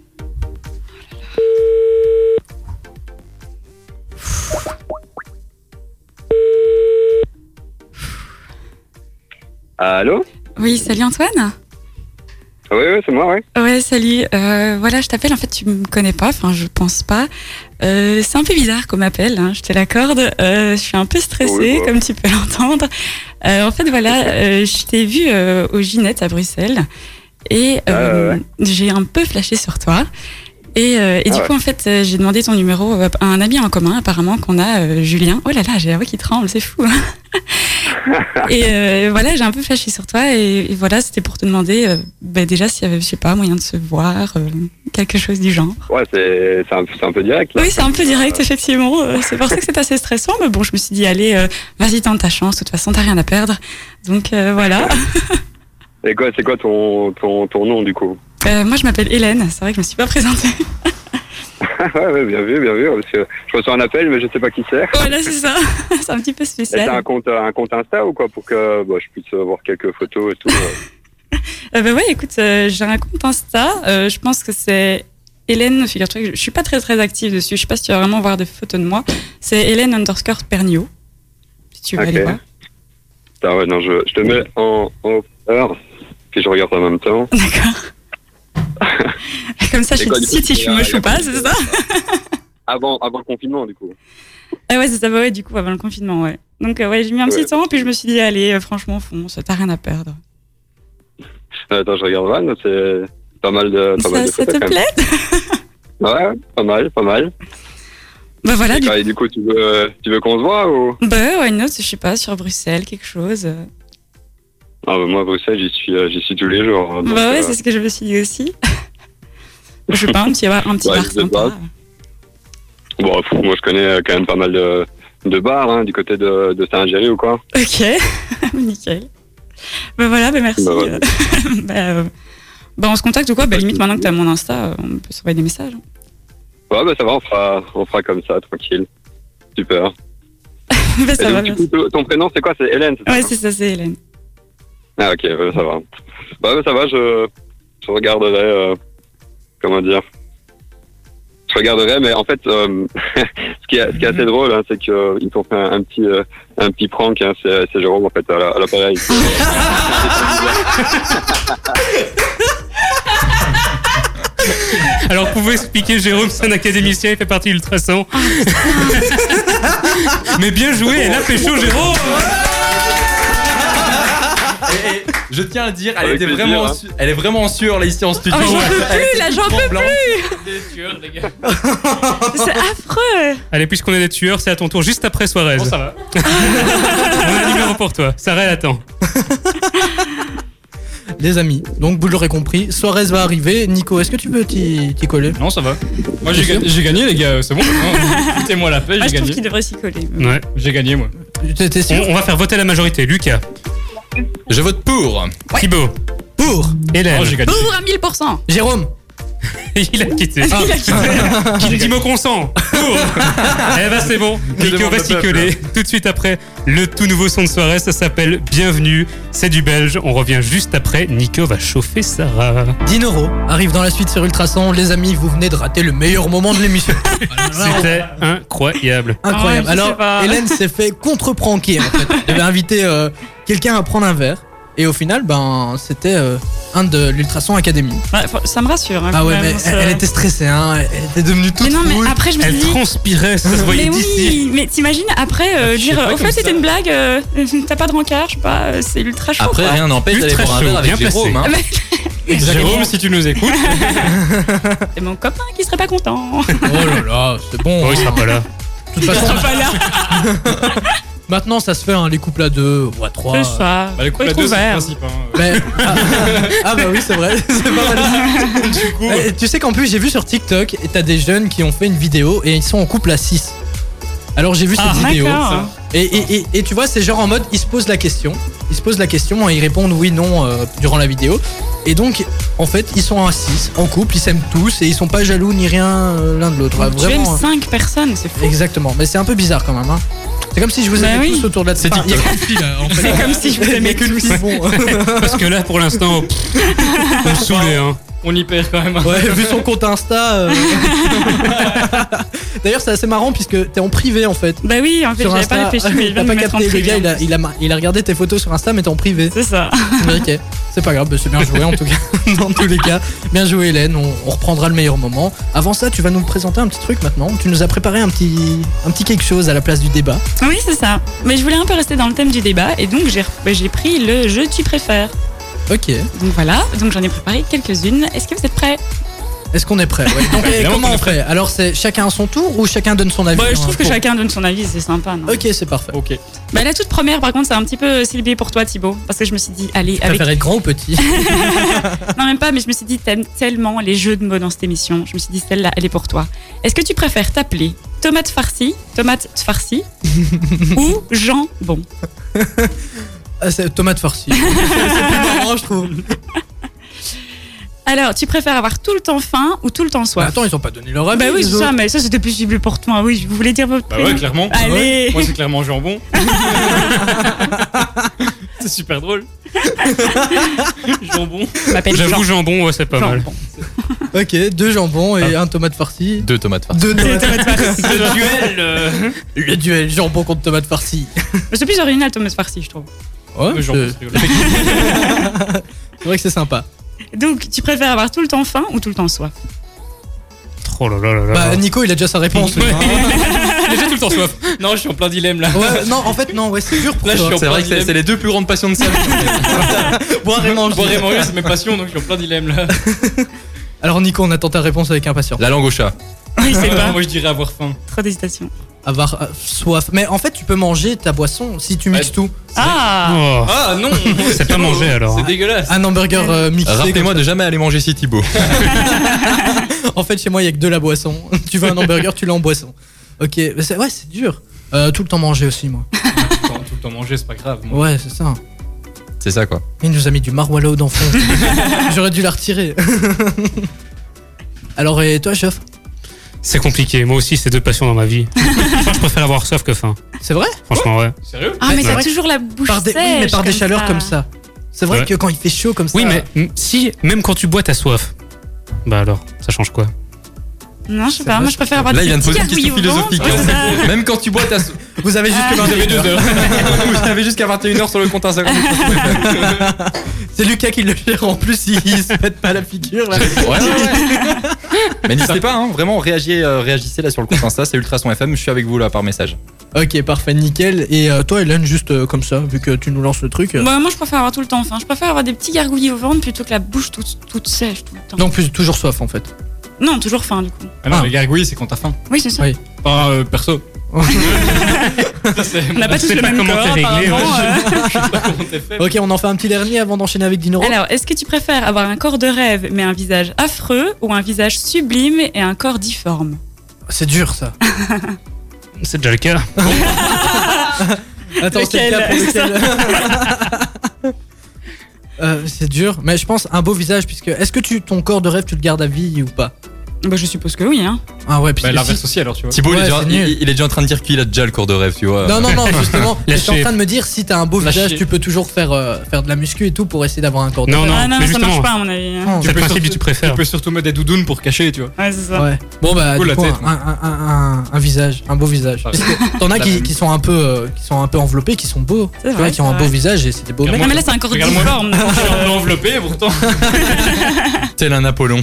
Allô? Oui, salut Antoine. Oui, c'est moi, oui. Ouais, salut. Voilà, je t'appelle. En fait, tu me connais pas. Enfin, je pense pas. C'est un peu bizarre qu'on m'appelle. Hein, je te l'accorde. Je suis un peu stressée, Oui, bon. comme tu peux l'entendre. En fait, voilà, je t'ai vu au Ginette à Bruxelles et Ouais. j'ai un peu flashé sur toi. Et du ouais. coup, en fait, j'ai demandé ton numéro à un ami en commun, apparemment, qu'on a, Julien. Oh là là, j'ai la voix qui tremble, c'est fou. Et voilà, j'ai un peu flashé sur toi. Et voilà, c'était pour te demander déjà s'il y avait, je sais pas, moyen de se voir, quelque chose du genre. Ouais, c'est un peu direct, là. Oui, c'est un peu direct, effectivement. C'est pour ça que c'est assez stressant. Mais bon, je me suis dit, allez, vas-y, tente ta chance. De toute façon, t'as rien à perdre. Donc voilà. Et quoi, c'est quoi ton nom, du coup? Moi, je m'appelle Hélène. C'est vrai que je me suis pas présentée. Ouais, bien vu, parce que je reçois un appel, mais je sais pas qui c'est. Voilà, c'est ça. C'est un petit peu Et t'as spécial. un compte Insta ou quoi, pour que je puisse voir quelques photos et tout Bah ouais, écoute, j'ai un compte Insta. Je pense que c'est Hélène. Figure-toi que je suis pas très active dessus. Je sais pas si tu vas vraiment voir des photos de moi. C'est Hélène_Pernio. Si tu veux Ok. aller voir. Putain, ouais, non, je te mets en heure, puis je regarde en même temps. D'accord. Comme ça, je C'est quoi, te du coup, cite si je suis moche ou pas, c'est ça? Avant le confinement, du coup. Ah ouais, c'est ça. Bah ouais, du coup, avant le confinement, ouais. Donc ouais, j'ai mis un petit Ouais. temps, puis je me suis dit, allez, franchement, fonce, t'as rien à perdre. Attends, je regarde là, c'est pas mal de Ça photos, te quand même. plaît? Ouais, pas mal. Bah voilà, Et du coup, tu veux qu'on se voit ou? bah why not, je sais pas, sur Bruxelles, quelque chose. Ah, bah, moi, Bruxelles, j'y suis tous les jours. hein, donc, Bah ouais, c'est ce que je me suis dit aussi. Je sais pas, un petit bar Ouais, je sais sympa. pas. Bon, moi, je connais quand même pas mal de bars, hein, du côté de Saint-Géry ou quoi. Ok, nickel. Bah voilà, bah merci. Bah ouais. Bah on se contacte ou quoi? Bah limite maintenant que t'as mon Insta, on peut s'envoyer des messages. Ouais, bah ça va, on fera comme ça, tranquille. Super. Bah Et ça va, donc, du merci. coup, ton prénom, c'est quoi? C'est Hélène, c'est ça? Ouais, c'est ça, c'est Hélène. Ah, ok, ouais, ça va. Bah, ça va, je regarderai, comment dire? Je regarderai, mais en fait, ce qui est assez drôle, hein, c'est qu'ils t'ont fait un petit prank, hein, c'est Jérôme, en fait, à l'appareil. Alors, vous pouvez expliquer, Jérôme, c'est un académicien, il fait partie d'Ultrason. Mais bien joué, elle a pécho, Jérôme. Et je tiens à dire, Avec plaisir, hein. elle est vraiment sûre là ici en studio. Oh, j'en peux Elle est plus, là, j'en peux tremblante. C'est affreux. Allez, puisqu'on est des tueurs, c'est à ton tour, juste après Suarez. Bon, ça va. On a un numéro pour toi. Sarah, elle attend. les amis. Donc vous l'aurez compris, Suarez va arriver. Nico, est-ce que tu peux t'y coller? Non, ça va. Moi, j'ai gagné, les gars. C'est bon. Foutez-moi la paix, Moi, j'ai je trouve gagné. qu'il devrait s'y coller. Ouais. J'ai gagné, moi. T'es sûr? On va faire voter la majorité. Lucas, Je vote pour. Thibaut, Pour Hélène. Oh, j'ai gagné. Pour à 1000%. Jérôme. Il a quitté. Il a quitté. Qui dit me consent. Pour. Eh ben c'est bon. Nico va s'y coller. Tout de suite après le tout nouveau son de soirée. Ça s'appelle Bienvenue. C'est du belge. On revient juste après. Nico va chauffer Sarah. Dinoro arrive dans la suite sur Ultrason. Les amis, vous venez de rater le meilleur moment de l'émission. C'était incroyable. Incroyable. Oh, je sais Alors, pas. Hélène s'est fait contre-pranker en fait. Elle avait invité quelqu'un à prendre un verre. Et au final, c'était un de l'Ultrason Academy. Ouais, ça me rassure. Hein, Ah quand ouais, même, mais ça- elle était stressée, hein. Elle était devenue toute Mais non, rouge. mais après, je me suis Elle dit. transpirait. Ça se voyait Mais d'ici. oui, mais t'imagines après sais dire pas au fait comme c'était ça. une blague, t'as pas de rencard, je sais pas, c'est ultra chaud. Après, quoi. rien n'empêche d'aller Ultra boire un chaud, verre avec bien Jérôme. Hein. Jérôme, si tu nous écoutes. C'est mon copain qui serait pas content. Oh là là, c'est bon. Oh, il sera pas là. De toute façon, Pas là. maintenant, ça se fait, hein, les couples à 2 ou à 3. C'est ça. Bah, les couples à Faut deux, être c'est le ouvert. principe. Hein. Mais, bah oui, c'est vrai. C'est pas mal. Du coup, Tu sais qu'en plus, j'ai vu sur TikTok, et t'as des jeunes qui ont fait une vidéo et ils sont en couple à 6. Alors j'ai vu cette vidéo. D'accord. Et tu vois, c'est genre en mode, ils se posent la question. Ils se posent la question et ils répondent oui, non durant la vidéo. Et donc, en fait, ils sont à 6, en couple, ils s'aiment tous et ils sont pas jaloux ni rien l'un de l'autre. Tu aimes Vraiment. 5 personnes, c'est fou. Exactement. Mais c'est un peu bizarre quand même. Hein. C'est comme si je vous Bah avais oui. tous autour de la table. C'est Enfin, il y a qu'une fille là. En fait. C'est comme si je vous Il y a aimais qu'une tous. fille. Bon. Parce que là, pour l'instant, on se saoulait. Hein. on y perd quand même. Ouais, vu son compte Insta. D'ailleurs, c'est assez marrant puisque t'es en privé en fait. Bah oui, en fait, Sur j'avais Insta, pas réfléchi, mais il vient t'as de pas me mettre en capté. Le privé. gars, il a regardé tes photos sur Insta, mais t'es en privé. C'est ça. Ok, c'est pas grave, bah, c'est bien joué en tout cas. Dans tous les cas, bien joué Hélène. On reprendra le meilleur moment. Avant ça, tu vas nous présenter un petit truc maintenant. Tu nous as préparé un petit quelque chose à la place du débat. Oui, c'est ça. Mais je voulais un peu rester dans le thème du débat et donc j'ai pris le jeu tu préfères. Ok. Donc voilà, donc j'en ai préparé quelques-unes. Est-ce que vous êtes prêts? Est-ce qu'on est prêt? Ouais. Donc, Évidemment comment qu'on on est prêt. fait? Alors, c'est chacun à son tour ou chacun donne son avis? Bah, je trouve que Pour- chacun donne son avis, c'est sympa, non? Ok, c'est parfait. Ok. Bah, la toute première, par contre, c'est un petit peu ciblé pour toi, Thibaut, parce que je me suis dit, allez, Tu avec. préfères être grand ou petit? Non, même pas, mais je me suis dit, t'aimes tellement les jeux de mots dans cette émission. Je me suis dit, celle-là, elle est pour toi. Est-ce que tu préfères t'appeler tomate farcie ou jambon? Ah, c'est tomate farcie. C'est plus marrant, je trouve. Alors, tu préfères avoir tout le temps faim ou tout le temps Bah, soif? attends, ils ont pas donné leur avis. Bah oui, les c'est autres. ça, mais ça c'était plus ciblé pour toi. Oui, vous voulez dire votre Bah prénom? ouais, clairement. Allez. Moi, c'est clairement jambon. C'est super drôle. Jambon. Je m'appelle J'avoue, jambon, ouais, c'est pas mal. Jambon. Ok, 2 jambons et un tomate farcie. 2 tomates farcies. 2 tomates farcies. Le duel. Le duel jambon contre tomate farcie. Mais c'est plus original, tomate farcie, je trouve. Ouais, Jambon, c'est c'est rigolo. c'est vrai que c'est sympa. Donc, tu préfères avoir tout le temps faim ou tout le temps soif? Oh là là là là. Bah, Nico, il a déjà sa réponse. lui, hein. J'ai déjà tout le temps soif. Non, je suis en plein dilemme là. Ouais, non, en fait, non, ouais, c'est dur pour Là, je toi. suis en C'est vrai que c'est les 2 plus grandes passions de sa vie. Boire et manger. Boire et manger, c'est mes passions, donc je suis en plein dilemme là. Alors, Nico, on attend ta réponse avec impatience. La langue au chat. Oui, c'est pas. Moi, je dirais avoir faim. Trop d'hésitation. Avoir soif. Mais en fait, tu peux manger ta boisson si tu mixes Ouais. tout. Ah! Oh. Ah non. C'est pas mangé, alors, C'est hein. dégueulasse. Un hamburger mixé. Rappelez-moi de jamais aller manger chez Thibaut. En fait, chez moi, il y a que de la boisson. Tu veux un hamburger, tu l'as en boisson. Ok, mais ouais, c'est dur. Tout le temps manger aussi, moi. Tout le temps manger, c'est pas grave. moi. Ouais, c'est ça. C'est ça quoi. Il nous a mis du maroillo d'enfant. J'aurais dû la retirer. Alors, et toi, chef? C'est compliqué. Moi aussi, c'est 2 passions dans ma vie. Franchement, je préfère avoir soif que faim. C'est vrai? Franchement, ouais. Sérieux? Ah, mais c'est t'as vrai que toujours la bouche Oui, mais sèche par des comme chaleurs ça. comme ça. C'est vrai Ouais. que quand il fait chaud comme ça. Oui, mais si, même quand tu bois, t'as soif. Bah alors, ça change quoi? Non, je sais C'est pas, vrai, moi je préfère avoir Là, des il vient de petits poser une question gargouilles au ventre. philosophique. Ouais, ça. Même quand tu bois, vous avez jusque Ah. 21h. Vous avez jusqu'à 21h sur le compte Instagram. C'est Lucas qui le gère en plus, il se pète pas la figure là. Ouais. Mais n'hésitez pas, hein, vraiment, réagissez là sur le compte Insta, c'est Ultrason FM, je suis avec vous là par message. Ok, parfait, nickel. Et toi, Hélène, juste comme ça, vu que tu nous lances le truc. Bah, moi je préfère avoir tout le temps faim. Je préfère avoir des petits gargouillis au ventre plutôt que la bouche toute sèche tout le temps. Donc, plus toujours soif en fait. Non, toujours faim du coup. Ah non, Ah. les gargouilles, c'est quand t'as faim. Oui, c'est ça. Oui. Enfin, perso. On n'a pas tous sais le pas même comment corps, t'es réglé, apparemment. Ok, on en fait un petit dernier avant d'enchaîner avec Dinoro. Alors, est-ce que tu préfères avoir un corps de rêve mais un visage affreux ou un visage sublime et un corps difforme? C'est dur ça. C'est déjà le cas. Attends, c'est le cas pour lequel c'est dur, mais je pense un beau visage, puisque est-ce que ton corps de rêve tu le gardes à vie ou pas? Bah, je suppose que oui, hein. Ah ouais, puis L'inverse aussi alors, tu vois. Thibaut, Ouais, il est c'est nul. il est déjà en train de dire qu'il a déjà le corps de rêve, tu vois. Non, justement, j'étais en Lâcher. train de me dire, si t'as un beau Lâcher. visage, tu peux toujours faire de la muscu et tout pour essayer d'avoir un corps de Non, rêve. non. Ah non, mais ça justement. marche pas à mon avis. hein. Oh. C'est le peux principe surtout- du tu préfères. Tu peux surtout mettre des doudounes pour cacher, tu vois. Ouais, c'est ça. Ouais. Bon bah Cool, du la coup, tête, un visage, un beau visage. Ouais. Parce que t'en as La qui même. sont un peu enveloppés, qui sont beaux, C'est tu vrai, vois, qui ont c'est un beau vrai. visage et c'est des beaux mecs. Non, mais là, c'est un corps Regarde-moi. difforme. donc, Je suis un peu enveloppé pourtant. Tel un Apollon.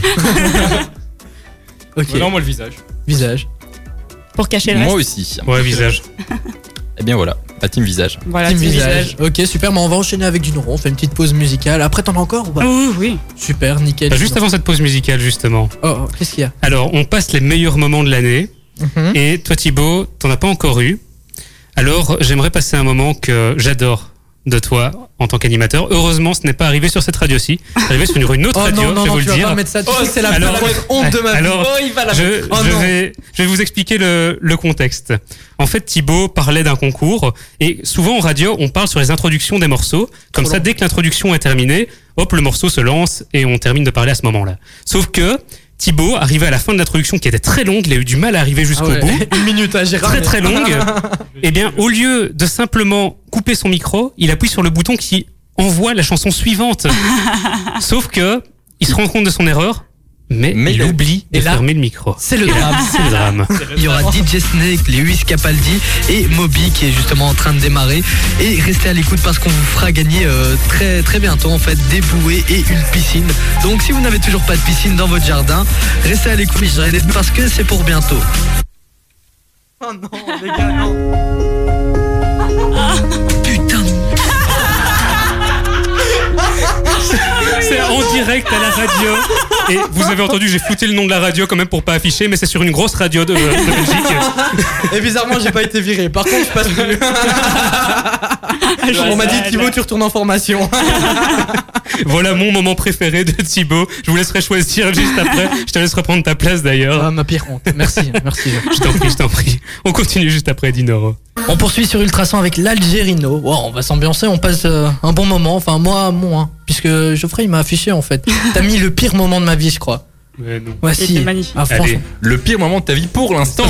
Ok, Non, moi le visage. visage. Pour cacher le Moi reste. aussi. Ouais, visage. Eh bien voilà, la team visage. Voilà, Team petit visage. Ok, super, mais on va enchaîner avec du Noro, on fait une petite pause musicale. Après, t'en as encore ou pas? Oui, oui. Super, nickel. Bah, juste avant cette pause musicale, justement. Oh, qu'est-ce qu'il y a? Alors, on passe les meilleurs moments de l'année. Mhm. Et toi, Thibaut, t'en as pas encore eu. Alors, j'aimerais passer un moment que j'adore de toi en tant qu'animateur. Heureusement, ce n'est pas arrivé sur cette radio-ci. C'est arrivé sur une autre Oh radio, non, non, je vais non, vous tu le vas dire. pas mettre ça. Tu sais que c'est la alors- plus grosse honte de ma vie. alors, Oh, il va la Je, mettre. Oh je non. vais vous expliquer le contexte. En fait, Thibaut parlait d'un concours et souvent en radio, on parle sur les introductions des morceaux. Comme Trop ça, long. dès que l'introduction est terminée, hop, le morceau se lance et on termine de parler à ce moment-là. Sauf que Thibaut, arrivé à la fin de l'introduction qui était très longue, il a eu du mal à arriver Ah jusqu'au ouais. bout. Une minute, hein, Gérard. Très très longue. Eh bien, au lieu de simplement couper son micro, il appuie sur le bouton qui envoie la chanson suivante. Sauf que il se rend compte de son erreur, mais Mais il il a- oublie de et là, fermer le micro. C'est le drame. C'est le drame. Il y aura DJ Snake, Lewis Capaldi et Moby qui est justement en train de démarrer. Et restez à l'écoute parce qu'on vous fera gagner très très bientôt en fait des bouées et une piscine. Donc si vous n'avez toujours pas de piscine dans votre jardin, restez à l'écoute parce que c'est pour bientôt. Oh non, les gars, non. Putain. C'est en direct à la radio. Et vous avez entendu, j'ai flouté le nom de la radio quand même pour pas afficher, mais c'est sur une grosse radio de Belgique. Et bizarrement, j'ai pas été viré. Par contre, je passe plus. On m'a dit, Thibaut, tu retournes en formation. Voilà mon moment préféré de Thibaut. Je vous laisserai choisir juste après. Je te laisse reprendre ta place d'ailleurs. Ah, ma pire honte. Merci, merci. Je t'en prie. On continue juste après Dinoro. On poursuit sur Ultrason avec l'Algérino. Wow, on va s'ambiancer, on passe un bon moment. Enfin, moi, puisque Geoffrey, il m'a affiché en fait. T'as mis le pire moment de ma vie, je crois. Mais non. Ouais, C'était magnifique. Ah, franchement. Allez. Le pire moment de ta vie pour l'instant.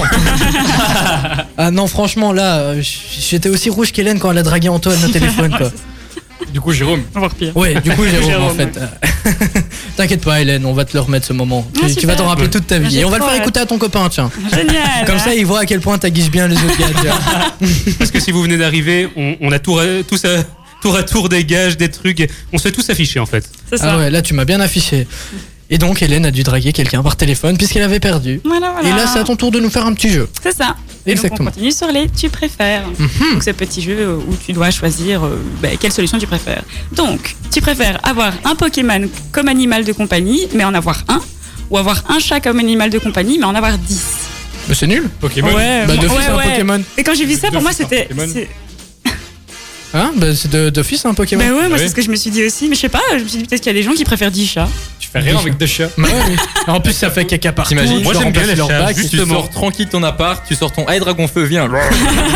Ah non, franchement, là, j'étais aussi rouge qu'Hélène quand elle a dragué Antoine au téléphone, quoi. Du coup, Jérôme. Voire pire. Ouais, du coup, Jérôme, en Jérôme. fait. T'inquiète pas, Hélène, on va te le remettre ce moment. Ah, Tu vas super. t'en rappeler toute ta vie. J'ai Et on va le trop faire hâte. écouter à ton copain, tiens. Génial. Comme ça, il voit à quel point t'aguiches bien les autres gars. tu vois. Parce que si vous venez d'arriver, on a tour à tour des gages, des trucs. On se fait tous afficher en fait. C'est ça. Ah ouais, là, tu m'as bien affiché. Et donc, Hélène a dû draguer quelqu'un par téléphone puisqu'elle avait perdu. Voilà, voilà. Et là, c'est à ton tour de nous faire un petit jeu. C'est ça. Et donc, Exactement. on continue sur les tu préfères. Donc ce petit jeu où tu dois choisir quelle solution tu préfères. Donc, tu préfères avoir un Pokémon comme animal de compagnie, mais en avoir un, ou avoir un chat comme animal de compagnie, mais en avoir 10. Mais c'est nul. Pokémon. Ouais, Bah, d'office, ouais, un ouais. Pokémon. Et quand j'ai vu ça, pour moi, D'office, un c'était. Pokémon. c'est- Hein bah, c'est d'office un Pokémon. Bah ouais, moi, Oui. c'est ce que je me suis dit aussi. Mais je sais pas, je me suis dit peut-être qu'il y a des gens qui préfèrent 10 chats. Tu fais rien avec des chats. Bah ouais, oui. En plus, ça fait caca partout. T'imagines, tu moi, leur j'aime bien remplaces les leur chats, bac, juste Tu Justement. sors tranquille de ton appart, tu sors ton Hey Dragonfeu, viens. Non,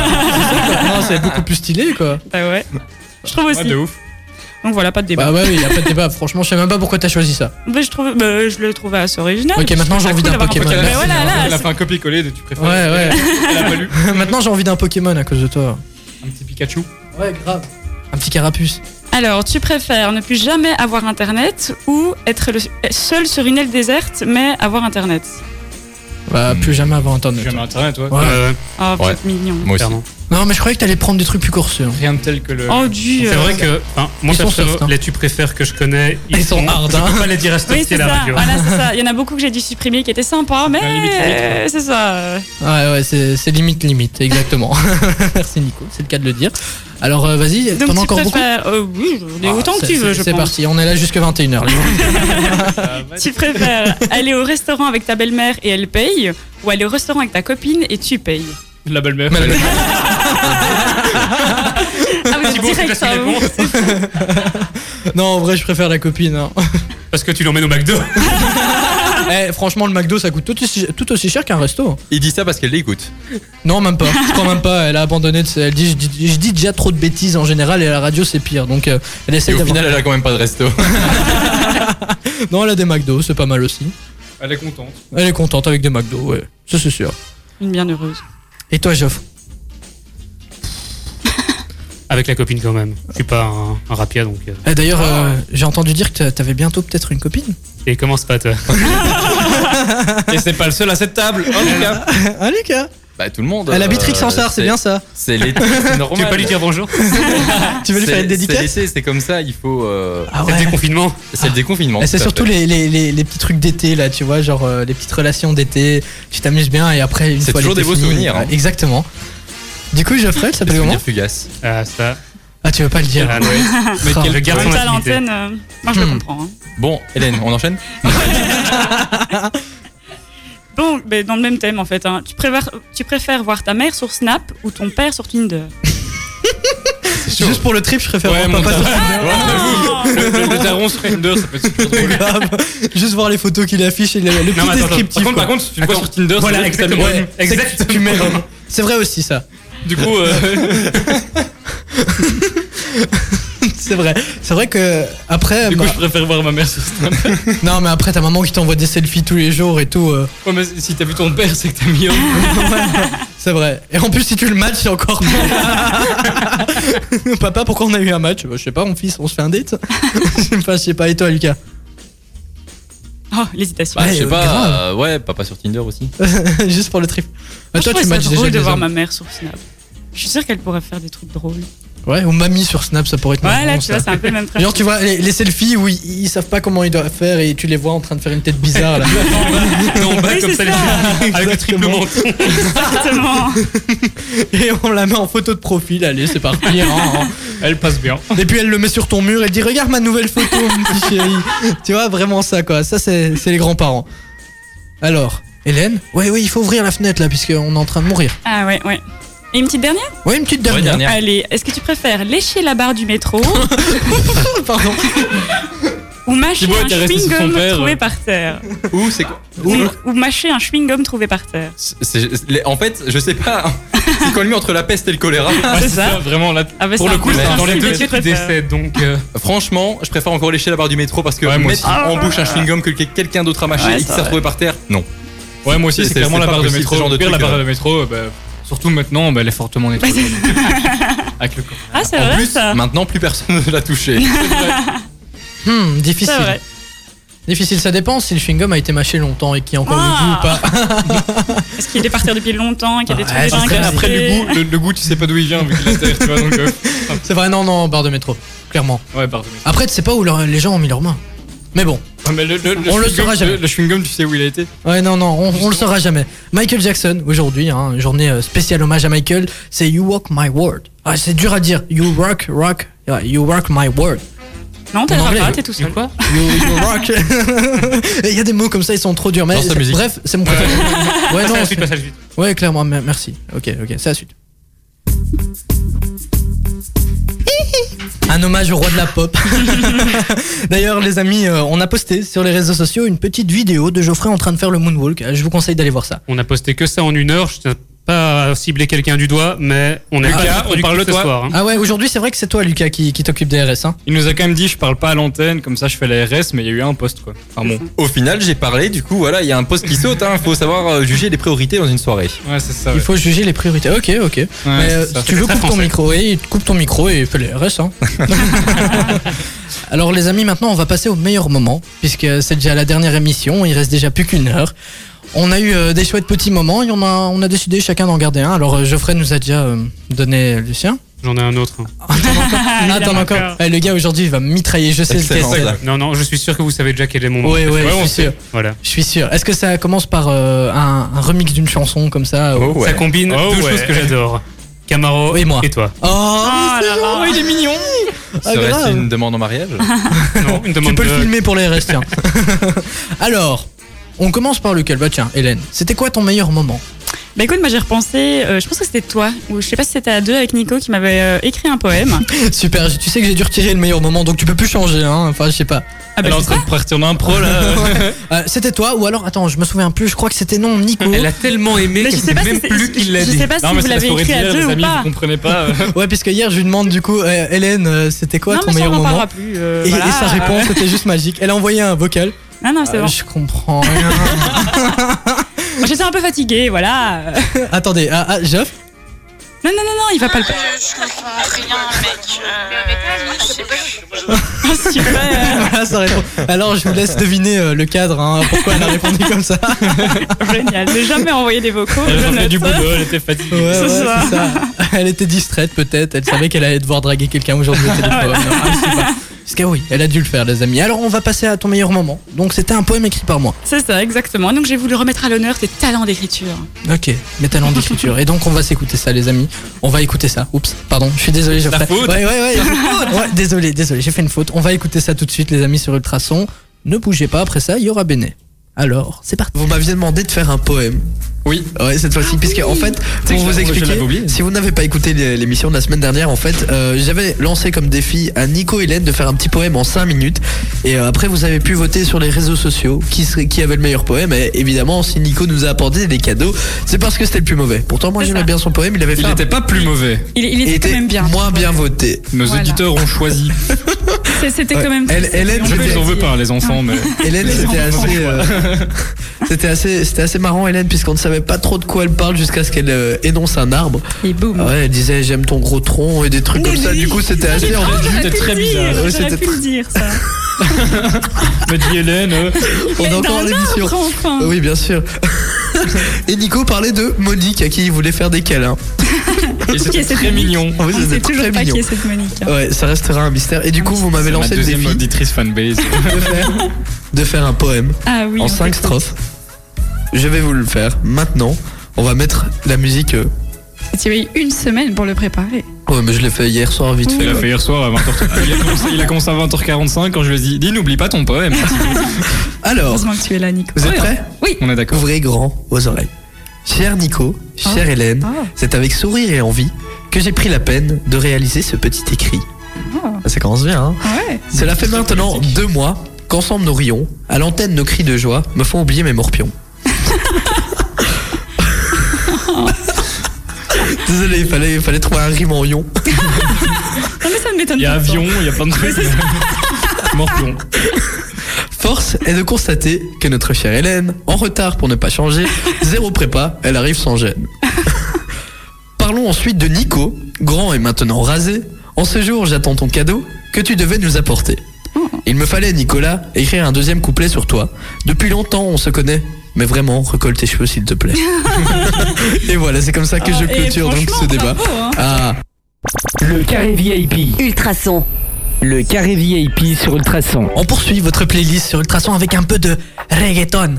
c'est beaucoup plus stylé, quoi. Bah ouais. Je trouve aussi. Ouais, de ouf. Donc voilà, pas de débat. Bah ouais, il y a pas de débat. Franchement, je sais même pas pourquoi t'as choisi ça. Bah, je le trouvais assez original. Ok, maintenant, j'ai envie d'un Pokémon. Mais Merci. voilà, là, Elle a c'est- fait un copier-coller de tu préfères. Ouais, ouais. Elle a pas lu. Maintenant, j'ai envie d'un Pokémon à cause de toi. Un petit Pikachu. Ouais, grave. Un petit carapuce. Alors, tu préfères ne plus jamais avoir internet ou être seul sur une île déserte mais avoir internet? Bah, plus jamais avoir internet. Jamais internet, ouais. Ouais. Oh, Ouais. c'est mignon. Moi aussi. Clairement. Non, mais je croyais que t'allais prendre des trucs plus corsés. hein. Rien de tel que le. Oh, Dieu. C'est vrai que moi, Ils sont perso, soft, hein. les tu préfères que je connais, Ils sont hard, Je hein. peux pas les dire à Oui, stopper c'est la ça. radio. Voilà, c'est ça. Il y en a beaucoup que j'ai dû supprimer qui étaient sympas, mais limite. c'est ça. Ouais, ouais, c'est limite, exactement. Merci Nico, c'est le cas de le dire. Alors, vas-y, Donc t'en as tu encore beaucoup. préfères. Oui, j'en ai Ah, autant que c'est- tu veux, je C'est pense. parti, on est là jusque 21h. Tu préfères aller au restaurant avec ta belle-mère et elle paye ou aller au restaurant avec ta copine et tu payes? La belle-mère. Ah, vous êtes Thibaut, c'est direct, la ça, vous. Non, en vrai, je préfère la copine. Hein. Parce que tu l'emmènes au McDo. Franchement, le McDo, ça coûte tout aussi cher qu'un resto. Il dit ça parce qu'elle l'écoute. Non, même pas. Je crois même pas. Elle a abandonné. Elle dit, je dis déjà trop de bêtises en général et à la radio, c'est pire. Donc, elle essaie Et au d'avoir. final, elle a quand même pas de resto. Non, elle a des McDo, c'est pas mal aussi. Elle est contente. Elle est contente avec des McDo, ouais. Ça, c'est sûr. Une bien heureuse. Et toi, Geoff? Avec la copine quand même. Je suis pas un rapia donc. D'ailleurs, j'ai entendu dire que t'avais bientôt peut-être une copine. Et commence pas toi. Et c'est pas le seul à cette table. Oh, Lucas. Ah, Lucas? Bah, tout le monde. Elle habite Rixensart, c'est bien ça. C'est l'été, c'est normal. Tu veux pas lui dire bonjour? Tu veux lui faire une dédicace? C'est l'été, c'est comme ça, il faut. Ah C'est ouais. le déconfinement. C'est le déconfinement. Et c'est tout à surtout fait. les petits trucs d'été là, tu vois, genre les petites relations d'été, tu t'amuses bien et après une C'est fois toujours l'été des beaux fini, souvenirs, hein. Exactement. Du coup, Geoffrey, elle s'appelle Des comment? souvenirs fugaces. Ah ça. Ah, tu veux pas le dire? Ah, ouais. Mais Oh. je garde Comme son ça, à intimité. l'antenne, moi je le comprends. Hein. Bon, Hélène, on enchaîne? Bon, ben, dans le même thème en fait. Hein. Tu préfères voir ta mère sur Snap ou ton père sur Tinder? Juste pour le trip, je préfère Ouais, voir papa mon sur Tinder. Le daron sur Tinder, ça peut être super drôle. Grave. Juste voir les photos qu'il affiche et le petit Non, mais attends, descriptif. Par contre, tu le vois sur Tinder, Voilà, c'est vrai que ça exactement. m'étonne. c'est que tu mets- C'est vrai aussi ça. Du coup, C'est vrai. C'est vrai que après. du coup, je préfère voir ma mère sur Snap. Non, mais après ta maman qui t'envoie des selfies tous les jours et tout. Ouais, mais si t'as vu ton père, c'est que t'as mis. C'est vrai. Et en plus, si tu le matches, c'est encore mieux. Papa, pourquoi on a eu un match? Bah, je sais pas, mon fils, on se fait un date. Enfin, je sais pas. Et toi, Lucas? Oh, l'hésitation. Ouais, Je sais pas, grave. ouais, papa sur Tinder aussi. Juste pour le trip. Moi, je toi, trouve tu ça matches déjà drôle avec de des voir hommes. ma mère sur Snap. Je suis sûre qu'elle pourrait faire des trucs drôles. Ouais, ou mamie sur Snap, ça pourrait être marrant. Voilà, tu ça. vois, c'est un peu le même principe. Genre, tu vois, les selfies où ils savent pas comment ils doivent faire et tu les vois en train de faire une tête bizarre là. Non, bah, Oui, comme c'est ça, ça. avec le triple Exactement. menton. Exactement. Et on la met en photo de profil, allez, c'est parti. Hein. Elle passe bien. Et puis elle le met sur ton mur et dit regarde ma nouvelle photo, mon petit chéri. Tu vois, vraiment ça quoi. Ça, c'est les grands-parents. Alors, Hélène? Oui, il faut ouvrir la fenêtre là, puisqu'on est en train de mourir. Ah ouais. Et une petite dernière? Ouais, une petite dernière. dernière. Allez, est-ce que tu préfères lécher la barre du métro Pardon. ou mâcher Thibaut un était resté sur son chewing-gum père. trouvé par terre? Ou c'est quoi? Ou mâcher un chewing-gum trouvé par terre? En fait, je sais pas. C'est quoi le mieux entre la peste et le choléra? C'est ça. Vraiment, là. Ah bah, Pour c'est le un coup, peu c'est Dans les sensible, deux tu cas, tu préfères. décèdes donc. Franchement, je préfère encore lécher la barre du métro parce que Ouais, moi mettre aussi. en bouche un chewing-gum que quelqu'un d'autre a mâché Ouais, et c'est qui s'est vrai. retrouvé par terre, non. Ouais, moi aussi, c'est clairement la pas barre de possible, métro. ce genre de Pire, la truc, barre de métro, bah, surtout maintenant, bah, elle est fortement nettoyée. Avec le corps. Ah, c'est En vrai plus, ça. maintenant, plus personne ne l'a touché. Difficile. C'est vrai. Difficile, ça dépend si le chewing-gum a été mâché longtemps et qu'il y a encore du goût ou pas. Est-ce qu'il est par terre depuis longtemps, qu'il y a des trucs Ouais, déjà c'est ça. Après, incrustés? le goût, tu sais pas d'où il vient, vu qu'il est à terre, tu vois, donc. C'est vrai, non, barre de métro, clairement. Ouais, barre de métro. Après, tu sais pas où les gens ont mis leurs mains. Mais bon, Ouais, mais On le chewing-gum, saura jamais. Le chewing-gum, tu sais où il a été? ouais, non, on le saura jamais. Michael Jackson, aujourd'hui, hein, journée spéciale hommage à Michael, c'est You Rock My World. Ah, c'est dur à dire. You rock my world. Non, En t'as anglais, pas, t'es tout seul. Quoi? You rock. Et il y a des mots comme ça, ils sont trop durs. Mais Lance la musique. bref, c'est mon préféré. Ouais, Passe à non, la suite, passe à la suite. ouais, clairement, merci. Ok, c'est la suite. Un hommage au roi de la pop. D'ailleurs, les amis, on a posté sur les réseaux sociaux une petite vidéo de Geoffrey en train de faire le moonwalk. Je vous conseille d'aller voir ça. On a posté que ça en 1 heure. Je tiens pas à cibler quelqu'un du doigt, mais on a eu Lucas, on parle de ce toi. soir. hein. Ah ouais, aujourd'hui, c'est vrai que c'est toi, Lucas, qui t'occupe des RS. Hein. Il nous a quand même dit, je parle pas à l'antenne, comme ça je fais la RS, mais il y a eu un poste, quoi. Enfin bon. Au final, j'ai parlé, du coup, voilà, il y a un poste qui saute. Il faut savoir juger les priorités dans une soirée. Ouais, c'est ça. Il Ouais. faut juger les priorités. Ok. Ouais, Mais c'est ça. si tu veux, très coupe ton français. micro. Oui, coupe ton micro et fais les RS. Hein. Alors, les amis, maintenant, on va passer au meilleur moment, puisque c'est déjà la dernière émission. Il reste déjà plus qu'1 heure. On a eu des chouettes petits moments et on a décidé chacun d'en garder un. Alors, Geoffrey nous a déjà donné le sien. J'en ai un autre. hein. Attends encore. Le gars, aujourd'hui, il va mitrailler. Je sais Excellent, lequel ça. c'est. Non, je suis sûr que vous savez déjà quel est mon. Ouais, préféré. je on suis sait. sûr. Voilà. Je suis sûr. Est-ce que ça commence par un remix d'une chanson comme ça Oh, ouais. Ça combine Oh, deux ouais. choses que j'adore. Camaro Et moi. et toi. Oh, là là. il est mignon. Ah, Serait-ce grave. une demande en mariage? Non, une Tu demande peux le de- filmer pour les restes, tiens. Alors, on commence par lequel? Bah tiens, Hélène, c'était quoi ton meilleur moment? Bah écoute, moi j'ai repensé, je pense que c'était toi, ou je sais pas si c'était à deux avec Nico qui m'avait écrit un poème. Super, tu sais que j'ai dû retirer le meilleur moment, donc tu peux plus changer, hein. Enfin, je sais pas. Ah bah, Elle est en train de partir en impro là. C'était toi, ou alors, attends, je me souviens plus, je crois que c'était non, Nico. Elle a tellement aimé Mais qu'elle je sais sait pas même si plus qui l'a je dit. sais pas si Non, mais vous c'est la l'avez soirée écrit à d'hier, deux les ou amis, pas. vous comprenez pas. Ouais, puisque hier, je lui demande du coup, Hélène, c'était quoi Non, ton mais ça, meilleur on en moment parlera plus. et Voilà. sa réponse était juste magique. Elle a envoyé un vocal. Ah non, c'est bon. Je comprends rien. Moi, j'étais un peu fatiguée, voilà. Attendez, Geoff. Non, il va pas le faire. Ah, super. Voilà, ça répond. Alors, je vous laisse deviner le cadre, hein, pourquoi elle a répondu comme ça. Génial. Ne jamais envoyer des vocaux. Elle je a fait note. du boulot, elle était fatiguée. Ouais, C'est c'est ça. ça. Elle était distraite peut-être. Elle savait qu'elle allait devoir draguer quelqu'un aujourd'hui au téléphone. Non, je sais pas. Parce que oui, elle a dû le faire, les amis. Alors, on va passer à ton meilleur moment. Donc, c'était un poème écrit par moi. C'est ça, exactement. Donc j'ai voulu remettre à l'honneur tes talents d'écriture. Ok, mes talents d'écriture. Et donc, on va s'écouter ça, les amis. On va écouter ça. Oups, pardon, je suis désolé, je ferai. faute. Ouais, désolé, j'ai fait une faute. On va écouter ça tout de suite, les amis, sur Ultrason. Ne bougez pas, après ça, il y aura Béné. Alors, c'est parti. Vous m'aviez demandé de faire un poème. Oui. Ouais, cette fois-ci, puisque en fait, pour vous expliquer, si vous n'avez pas écouté l'émission de la semaine dernière, en fait, j'avais lancé comme défi à Nico et Hélène de faire un petit poème en 5 minutes. Et après, vous avez pu voter sur les réseaux sociaux qui avait le meilleur poème. Et évidemment, si Nico nous a apporté des cadeaux, c'est parce que c'était le plus mauvais. Pourtant, moi, C'est j'aimais ça. bien son poème. Il avait fait Il n'était pas plus mauvais. Il était quand même bien. moins bien voté. Nos Voilà. auditeurs ont choisi. C'était Ouais. quand même. Hélène, on Je peut ne le vous en veux dire. pas, les enfants, mais. Hélène, c'était assez marrant, Hélène, puisqu'on ne savait pas trop de quoi elle parle jusqu'à ce qu'elle énonce un arbre. Et boum. Ouais, elle disait j'aime ton gros tronc et des trucs comme ça. Du coup, c'était assez en C'était très bizarre. Ouais, J'aurais c'était pu le dire, ça. Me dit Hélène. On Mais a encore d'un l'émission. arbre, enfin. Oui, bien sûr. Et Nico parlait de Monique à qui il voulait faire des câlins. Et c'était Qui est très cette mignon. Oui, On c'était sait toujours très pas mignon. qui est cette Monique. Ouais, ça restera un mystère. Et du coup, vous m'avez C'est ma lancé le deuxième défi auditrice fanbase. de faire un poème Ah oui. en on 5 t'écoute. strophes. Je vais vous le faire maintenant. On va mettre la musique. Tu as eu une semaine pour le préparer. Ouais, mais je l'ai fait hier soir vite fait. Il l'a fait hier soir à 20h. Il a commencé à 20h45 quand je lui ai dit dis, n'oublie pas ton poème. Alors, Heureusement que tu es là, Nico. vous êtes prêts? On est d'accord. Ouvrez grand vos oreilles. Cher Nico, chère Hélène, Oh. c'est avec sourire et envie que j'ai pris la peine de réaliser ce petit écrit. Oh. Ça commence bien, hein? Ouais. Cela fait maintenant 2 mois qu'ensemble nous rions. À l'antenne, nos cris de joie me font oublier mes morpions. Désolé, il fallait trouver un rime en ion. Non, mais ça ne m'étonne pas. Il y a avion, il y a plein de trucs. Morpion. Force est de constater que notre chère Hélène, en retard pour ne pas changer, zéro prépa, elle arrive sans gêne. Parlons ensuite de Nico, grand et maintenant rasé. En ce jour, j'attends ton cadeau que tu devais nous apporter. Il me fallait, Nicolas, écrire un deuxième couplet sur toi. Depuis longtemps, on se connaît. Mais vraiment, recolle tes cheveux, s'il te plaît. Et voilà, c'est comme ça que je Et clôture donc ce franchement, débat. bravo, hein. Ah, Le carré VIP. Ultrason. Le carré VIP sur Ultrason. on poursuit votre playlist sur Ultrason avec un peu de reggaeton.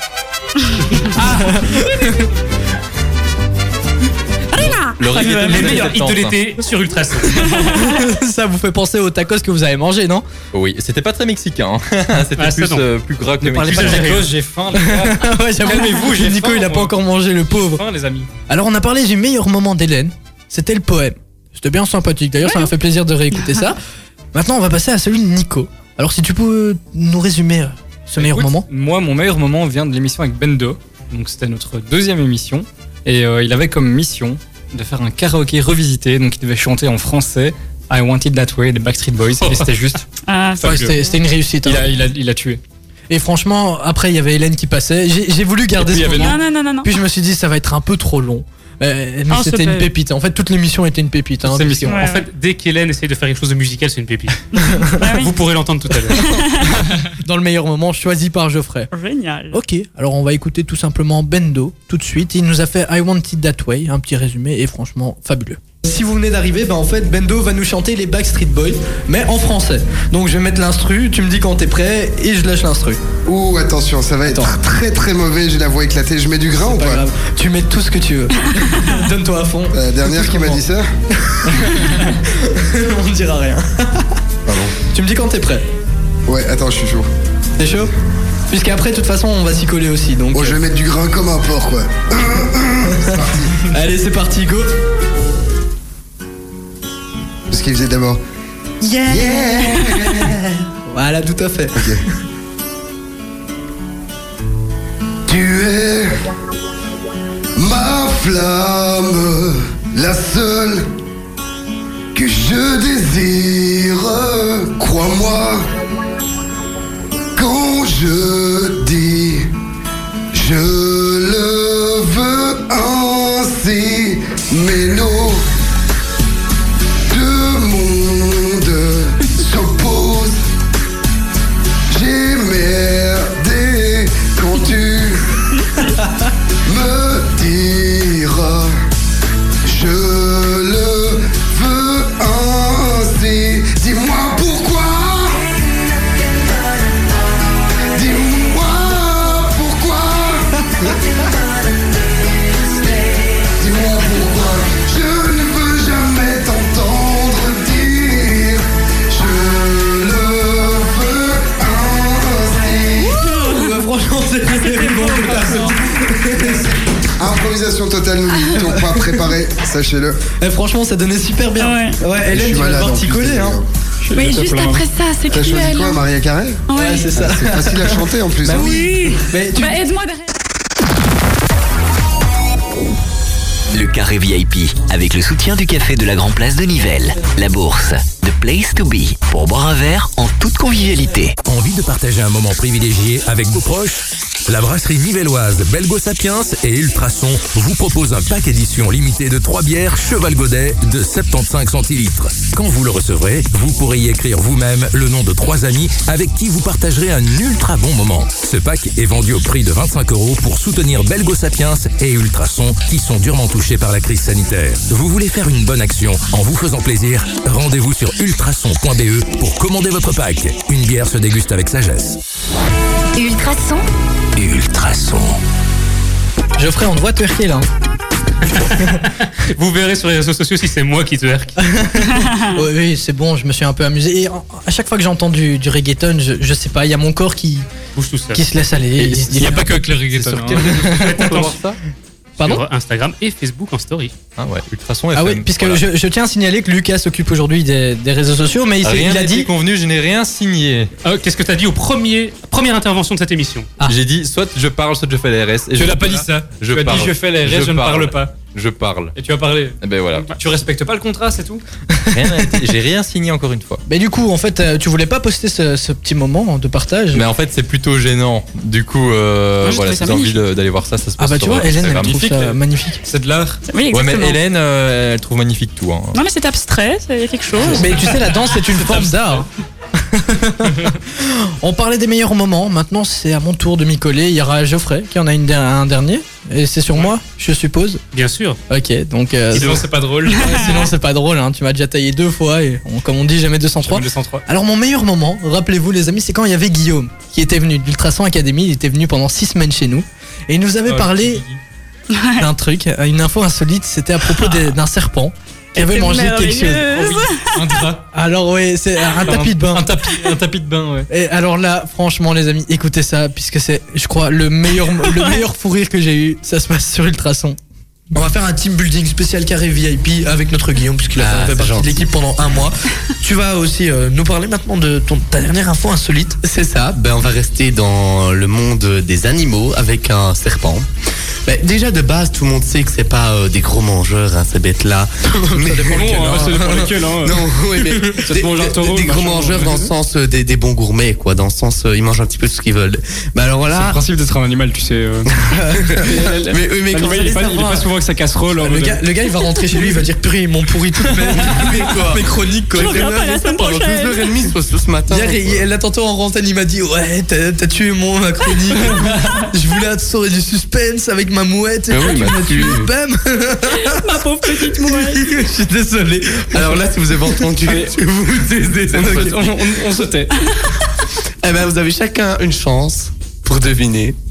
Le reggaeton, Les c'est meilleurs hits de 70, hein. l'été sur Ultrason. Ça vous fait penser aux tacos que vous avez mangés, non? Oui, c'était pas très mexicain. hein. C'était Ah, ça, plus, non. plus gras que Ne parlez pas de mexicain. tacos, j'ai faim. Les gars. Ouais, j'avoue. Calmez-vous, j'ai Nico, faim, il a pas moi. encore mangé, le pauvre. Faim, les amis. Alors, on a parlé du meilleur moment d'Hélène. C'était le poème. C'était bien sympathique. D'ailleurs, ça m'a fait plaisir de réécouter ça. Maintenant, on va passer à celui de Nico. Alors, si tu peux nous résumer ce meilleur Écoute, moment. Moi, mon meilleur moment vient de l'émission avec Bendo. Donc, c'était notre deuxième émission. Et il avait comme mission de faire un karaoké revisité. Donc, il devait chanter en français I Want It That Way des Backstreet Boys. Et c'était juste. Ah, Ouais, c'était une réussite. hein. Il a tué. Et franchement, après, il y avait Hélène qui passait. J'ai voulu garder Et puis, ce il y avait moment. non. Puis je me suis dit, ça va être un peu trop long. Mais Ah, c'était c'est une pas- pépite. En fait, toute l'émission était une pépite. Hein, Cette émission. Ouais, En fait, dès qu'Hélène essaye de faire quelque chose de musical, c'est une pépite. Ah oui. Vous pourrez l'entendre tout à l'heure. dans le meilleur moment choisi par Geoffrey. Génial. Ok, alors on va écouter tout simplement Bendo tout de suite. Il nous a fait I Want It That Way, un petit résumé et franchement fabuleux. Si vous venez d'arriver, en fait Bendo va nous chanter les Backstreet Boys, mais en français. Donc je vais mettre l'instru, tu me dis quand t'es prêt et je lâche l'instru. Ouh, attention, ça va être Attends. très très mauvais, j'ai la voix éclatée. Je mets du grain ou Pas pas grave, tu mets tout ce que tu veux. Donne-toi à fond. La dernière qui m'a dit ça. On ne dira rien. Pardon. Tu me dis quand t'es prêt. Ouais, attends, je suis chaud. T'es chaud? Puisqu'après, de toute façon, on va s'y coller aussi. Donc, Bon, je vais mettre du grain comme un porc, quoi. Allez, c'est parti, go. Parce qu'il faisait d'abord. Yeah. Voilà, tout à fait. Ok. Tu es ma flamme, la seule que je désire. Crois-moi quand je dis je le veux ainsi. Mais nos deux mondes s'opposent. J'ai merdé quand tu me diras je le veux ainsi. Dis-moi pourquoi. Dis-moi pourquoi. Dis-moi pourquoi. Je ne veux jamais t'entendre dire je le veux ainsi. Ouais, franchement, c'est bon. Improvisation totale, nous n'étions pas préparés, sachez-le. Franchement, ça donnait super bien. Ouais, Hélène, tu vas devoir t'y coller, hein. Oui, juste après ça, c'est T'as choisi cruel. quoi, Maria Carré? Ouais, c'est ça. C'est facile à chanter en plus. Bah hein. oui. Mais tu... Bah, aide-moi derrière. Le carré VIP, avec le soutien du café de la Grand Place de Nivelles. La bourse, The Place to Be, pour boire un verre en toute convivialité. Envie de partager un moment privilégié avec vos proches? La brasserie nivelloise Belgo Sapiens et Ultrason vous propose un pack édition limitée de 3 bières Cheval Godet de 75 centilitres. Quand vous le recevrez, vous pourrez y écrire vous-même le nom de 3 amis avec qui vous partagerez un ultra bon moment. Ce pack est vendu au prix de 25 € pour soutenir Belgo Sapiens et Ultrason qui sont durement touchés par la crise sanitaire. Vous voulez faire une bonne action en vous faisant plaisir? Rendez-vous sur ultrason.be pour commander votre pack. Une bière se déguste avec sagesse. Ultrason. Ultrason. Geoffrey, on te voit twerker là. Vous verrez sur les réseaux sociaux si c'est moi qui twerk. Oui, c'est bon, je me suis un peu amusé. Et à chaque fois que j'entends du reggaeton, je sais pas, il y a mon corps qui Bouge tout seul. se laisse aller. Il n'y a pas que avec le reggaeton. hein. Faites attention. ça Pardon Sur Instagram et Facebook en story. Ah ouais, Ultrason FM. Ah oui, puisque voilà. je tiens à signaler que Lucas s'occupe aujourd'hui des réseaux sociaux, mais Rien il a n'a dit... été convenu, je n'ai rien signé. Qu'est-ce que t'as dit première intervention de cette émission? Ah. J'ai dit soit je parle, soit je fais la RS. Et Tu je l'as pas parle. dit ça. Je Tu as parle. dit je fais les restes, je ne parle pas. Je parle. Et tu as parlé. Et ben voilà. Tu respectes pas le contrat, c'est tout. J'ai rien signé encore une fois. Mais du coup, en fait, tu voulais pas poster ce petit moment de partage? Mais en fait, c'est plutôt gênant. Du coup, je voilà, trouvais ça si t'as envie magnifique. d'aller voir ça, ça se passe Ah bah tu sur vois, Hélène, elle Instagram. trouve ça magnifique. C'est de l'art. Oui, Ouais, exactement. mais Hélène, elle trouve magnifique tout. Hein. Non, mais c'est abstrait, c'est quelque chose. Mais tu sais, la danse, c'est une forme d'art. On parlait des meilleurs moments, maintenant c'est à mon tour de m'y coller. Il y aura Geoffrey qui en a un dernier, et c'est sur moi, je suppose. Bien sûr. Ok, donc... Sinon, c'est pas drôle. sinon c'est pas drôle, hein. Tu m'as déjà taillé 2 fois, et comme on dit, jamais 203. 203. Alors mon meilleur moment, rappelez-vous les amis, c'est quand il y avait Guillaume qui était venu de l'Ultrason Academy, il était venu pendant 6 semaines chez nous, et il nous avait parlé d'un truc, une info insolite, c'était à propos d'un serpent qui avait mangé quelque chose. Un drap. Alors oui, c'est un tapis de bain. Un tapis de bain, ouais. Et alors là, franchement les amis, écoutez ça, puisque c'est, je crois, le meilleur fou rire que j'ai eu, ça se passe sur Ultrason. On va faire un team building spécial carré VIP avec notre Guillaume, puisqu'il a fait partie de l'équipe pendant 1 mois. Tu vas aussi nous parler maintenant de ta dernière info insolite. C'est ça, on va rester dans le monde des animaux avec un serpent. Déjà de base, tout le monde sait que c'est pas des gros mangeurs, hein, ces bêtes-là. Mais Ça dépend lesquels, hein. non, oui, mais des gros mangeurs dans le sens des bons gourmets, quoi. Dans le sens, ils mangent un petit peu tout ce qu'ils veulent. Alors C'est le voilà. principe d'être un animal, tu sais. mais quand il est pas souvent avec sa casserole. Le gars il va rentrer chez lui, il va dire purée, ils m'ont pourri toutes mes chroniques quoi. Je reviens pas la semaine Pendant prochaine. 12h30 ce matin. Hier, là tantôt en rentrée, il m'a dit ouais t'as tué ma chronique. Je voulais instaurer du suspense avec ma mouette. Et Ah oui, tu bah, m'as tué. Bam. Ma pauvre petite mouette. Je suis désolé. Alors là, si vous avez entendu, je vous ai On se tait. vous avez chacun une chance pour deviner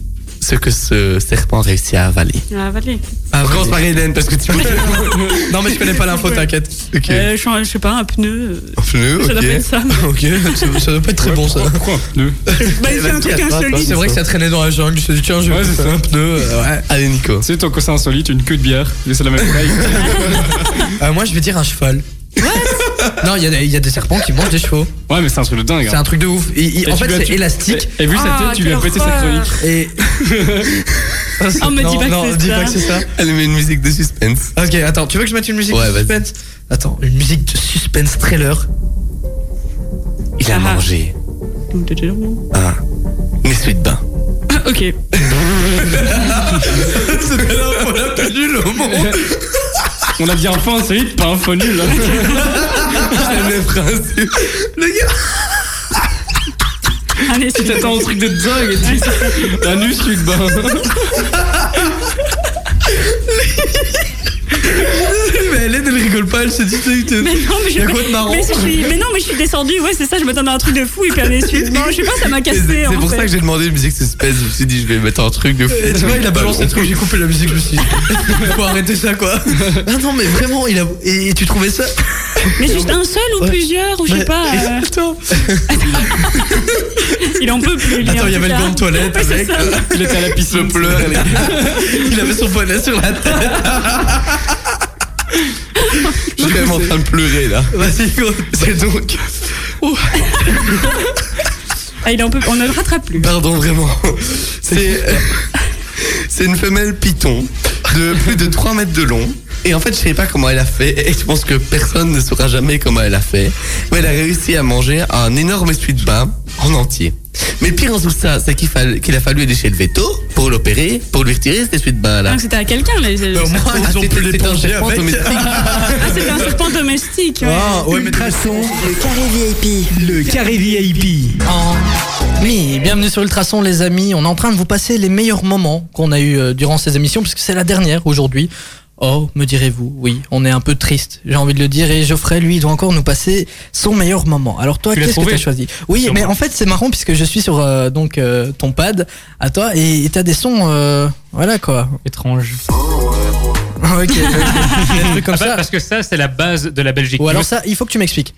ce que ce serpent réussit à avaler. Avaler. Ah, commence par Hélène parce que tu. Non, mais je connais pas l'info, t'inquiète. Ok. Je sais pas, un pneu. Un pneu, Ça ok. doit pas être ça. Ok, ça doit pas être très bon ça. Pourquoi un pneu? Bah, c'est un truc insolite. C'est vrai que ça traînait dans la jungle, je me suis dit tiens, je vais faire un pneu. Ouais. Allez, Nico. C'est ton c'est insolite, une queue de bière, mais c'est la même taille. Moi je vais dire un cheval. Non, il y a des serpents qui mangent des chevaux. Ouais, mais c'est un truc de dingue. C'est un truc de ouf. En fait, c'est élastique. Et vu sa tête, tu lui as pété sa chronique. Et. Oh, me dis pas que non, c'est dis ça. pas que c'est ça. Elle met une musique de suspense. Ok, attends, tu veux que je mette une musique Ouais, de vas-y. suspense? Attends, une musique de suspense trailer. Il a mangé un essuie de bain. Ok. C'était l'info la plus nulle au monde. On a dit info insolite, pas info nul. C'est le principe. Le gars. Allez, Tu t'attends au truc de dingue et tu un essuie de bain. Mais Hélène, elle rigole pas, elle se dit Mais non, mais y a quoi de marrant? mais je suis descendue, ouais, c'est ça, je m'attendais à un truc de fou, et puis un essuie. Non, je sais pas, ça m'a cassé. C'est en pour fait. ça que j'ai demandé une musique suspense. Je me suis dit, je vais mettre un truc de fou. Et tu vois, il a balancé le truc, j'ai coupé la musique, je me suis dit, faut arrêter ça quoi. Ah non, mais vraiment, il a. Et tu trouvais ça? Mais juste un seul ou plusieurs, ou je sais pas. Attends. Il en peut plus. lui, Attends, en il y tout avait le cas. gant de toilette Ouais, c'est avec. ça. Il était à la piscine. Je pleure. Il avait son bonnet sur la tête. Je suis quand même en train de pleurer là. Vas-y, c'est donc. Ah, il en peut. On ne le rattrape plus. Pardon, vraiment. C'est une femelle python de plus de 3 mètres de long. Et en fait, je sais pas comment elle a fait. Et je pense que personne ne saura jamais comment elle a fait. Mais elle a réussi à manger un énorme essuie de bain en entier. Mais le pire en tout ça, c'est qu'il a fallu aller chez le veto pour l'opérer, pour lui retirer cet essuie de bain là. Donc c'était à quelqu'un, là. Au moins, ils ont pu l'éponger avec. Ah, c'était un serpent domestique. Ouais. Ah, ouais, mais de toute façon. Le carré VIP. Le carré VIP. Oui, bienvenue sur Ultrason les amis, on est en train de vous passer les meilleurs moments qu'on a eu durant ces émissions puisque c'est la dernière aujourd'hui. Oh, me direz-vous, oui, on est un peu triste, j'ai envie de le dire, et Geoffrey, lui, il doit encore nous passer son meilleur moment. Alors toi, Tu l'as qu'est-ce que trouvé? tu as choisi? Oui, Sûrement. mais en fait, c'est marrant puisque je suis sur ton pad à toi et t'as des sons, voilà quoi. Étrange. Ok, des trucs comme ça. Parce que ça, c'est la base de la Belgique. Ou alors ça, il faut que tu m'expliques.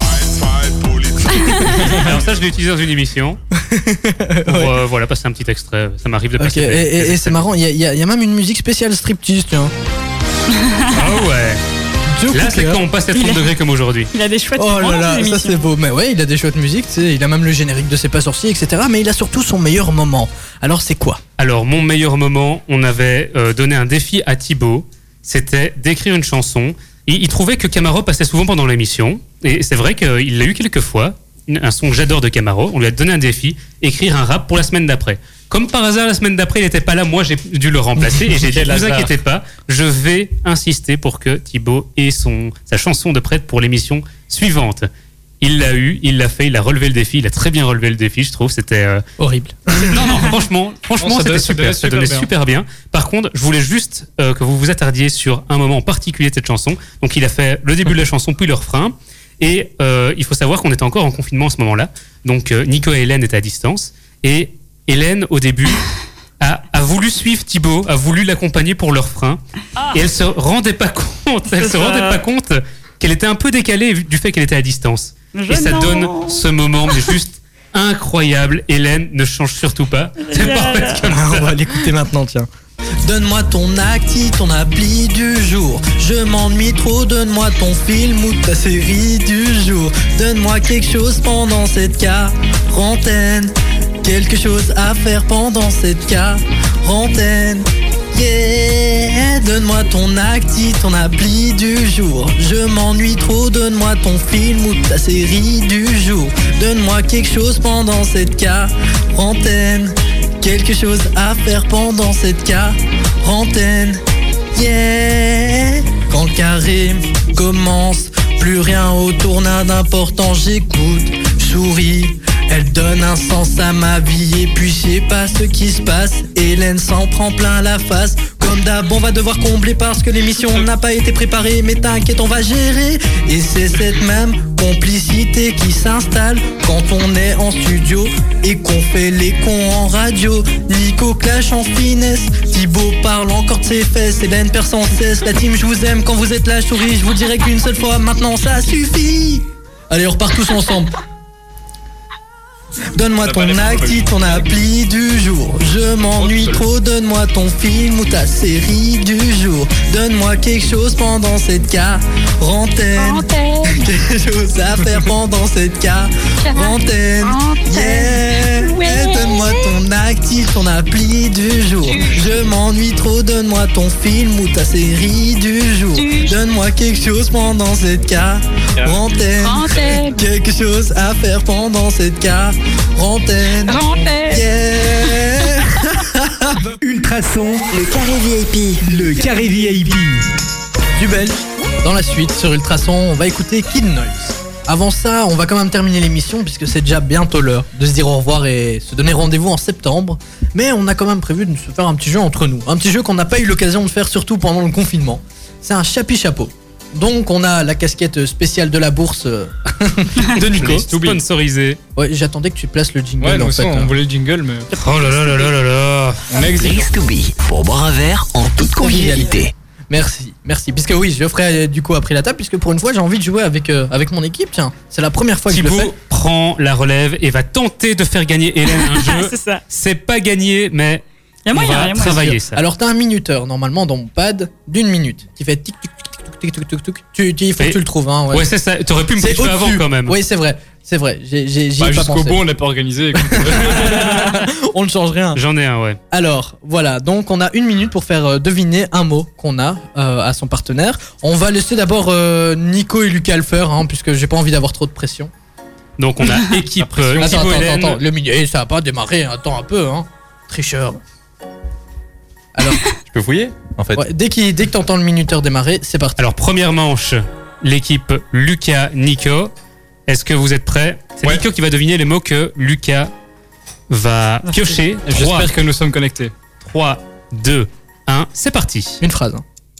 Alors ça, je l'ai utilisé dans une émission. Pour voilà, passer un petit extrait. Ça m'arrive de Ok, passer. et c'est marrant, il y a même une musique spéciale striptease, tiens. Ah ouais. Là, c'est quand on passe les 30 degrés comme aujourd'hui. Il a des chouettes Oh moments là dans là, ces ça émissions. c'est beau. Mais ouais, il a des chouettes musiques, tu sais, il a même le générique de C'est pas sorcier, etc. Mais il a surtout son meilleur moment. Alors c'est quoi? Alors, mon meilleur moment, on avait donné un défi à Thibaut. C'était d'écrire une chanson. Il trouvait que Camaro passait souvent pendant l'émission. Et c'est vrai qu'il l'a eu quelques fois. Un son que j'adore de Camaro. On lui a donné un défi, écrire un rap pour la semaine d'après. Comme par hasard, la semaine d'après, il n'était pas là. Moi, j'ai dû le remplacer. Et j'ai dit, ne vous inquiétez pas, je vais insister pour que Thibaut ait sa chanson de prête pour l'émission suivante. Il l'a eu, il l'a fait, il a relevé le défi. Il a très bien relevé le défi, je trouve. C'était horrible. Non, franchement, ça c'était super. Ça donnait super bien. Par contre, je voulais juste que vous vous attardiez sur un moment en particulier de cette chanson. Donc, il a fait le début de la chanson, puis le refrain. Et il faut savoir qu'on était encore en confinement à ce moment-là. Donc, Nico et Hélène étaient à distance. Et Hélène, au début, a voulu suivre Thibaut, a voulu l'accompagner pour le refrain. Et elle se rendait pas compte. Elle se rendait pas compte qu'elle était un peu décalée du fait qu'elle était à distance. Et ça donne ce moment, mais juste incroyable. Hélène, ne change surtout pas. C'est parfait comme ça. On va l'écouter maintenant, tiens. Donne-moi ton acti, ton appli du jour. Je m'ennuie trop, donne-moi ton film ou ta série du jour. Donne-moi quelque chose pendant cette quarantaine. Quelque chose à faire pendant cette quarantaine. Yeah, donne-moi ton acti, ton appli du jour. Je m'ennuie trop, donne-moi ton film ou ta série du jour. Donne-moi quelque chose pendant cette quarantaine. Quelque chose à faire pendant cette quarantaine. Yeah, quand le carré commence, plus rien autour n'a d'important. J'écoute, souris, elle donne un sens à ma vie. Et puis je sais pas ce qui se passe, Hélène s'en prend plein la face. Comme comme d'hab, on va devoir combler parce que l'émission n'a pas été préparée. Mais t'inquiète, on va gérer. Et c'est cette même complicité qui s'installe quand on est en studio et qu'on fait les cons en radio. Nico clash en finesse, Thibaut parle encore de ses fesses, Hélène perd sans cesse. La team, je vous aime quand vous êtes là, je souris. Je vous dirai qu'une seule fois, maintenant ça suffit. Allez, on repart tous ensemble. Donne-moi ton acti, ton appli du jour. Je m'ennuie trop, donne-moi ton film ou ta série du jour. Donne-moi quelque chose pendant cette quarantaine. Quelque chose à faire pendant cette quarantaine. Yeah. Donne-moi ton acti, ton appli du jour. Je m'ennuie trop, donne-moi ton film ou ta série du jour. Donne-moi quelque chose pendant cette quarantaine. Quelque chose à faire pendant cette quarantaine. Yeah. Ultrason, Le carré VIP. le carré VIP. Du belge. Dans la suite, sur Ultrason, on va écouter Kid Noise. Avant ça, on va quand même terminer l'émission puisque c'est déjà bientôt l'heure de se dire au revoir et se donner rendez-vous en septembre. Mais on a quand même prévu de se faire un petit jeu entre nous. Un petit jeu qu'on n'a pas eu l'occasion de faire, surtout pendant le confinement. C'est un chapi-chapeau. Donc on a la casquette spéciale de la bourse de Nico. Sponsorisé. Ouais, j'attendais que tu places le jingle Ouais, en non, fait. ça, on voulait le jingle, mais. Oh là là là là là là. On est exigeant. Place to be pour boire un verre en toute convivialité. Merci. Puisque oui, Geoffrey du coup a pris la table puisque pour une fois j'ai envie de jouer avec mon équipe. Tiens, c'est la première fois que je le fais. Thibaut prend la relève et va tenter de faire gagner Hélène un jeu. C'est ça. C'est pas gagné, mais Il y a on moyen, va il y a moyen. travailler ça. Alors t'as un minuteur normalement dans mon pad d'une minute qui fait tic tic tic tic tic tic tic. Il faut que tu le trouves hein. Ouais, c'est ça. T'aurais pu me C'est dire avant au-dessus. quand même. Oui, c'est vrai. J'y ai pas Jusqu'au pensé. bout, on l'a pas organisé. écoute. On ne change rien. J'en ai un, ouais. Alors, voilà, donc on a une minute pour faire deviner un mot qu'on a à son partenaire. On va laisser d'abord Nico et Lucas le faire, hein, puisque j'ai pas envie d'avoir trop de pression. Donc on a équipe Attends, Thibaut, Hélène. le milieu, ça a pas démarré, attends un peu, hein. Tricheur. Alors, Je peux fouiller en fait. ouais, dès que t'entends le minuteur démarrer, c'est parti. Alors première manche, l'équipe Lucas, Nico. Est-ce que vous êtes prêts? C'est Ouais. Nico qui va deviner les mots que Lucas va piocher. J'espère que nous sommes connectés. 3, 2, 1, c'est parti. Une phrase.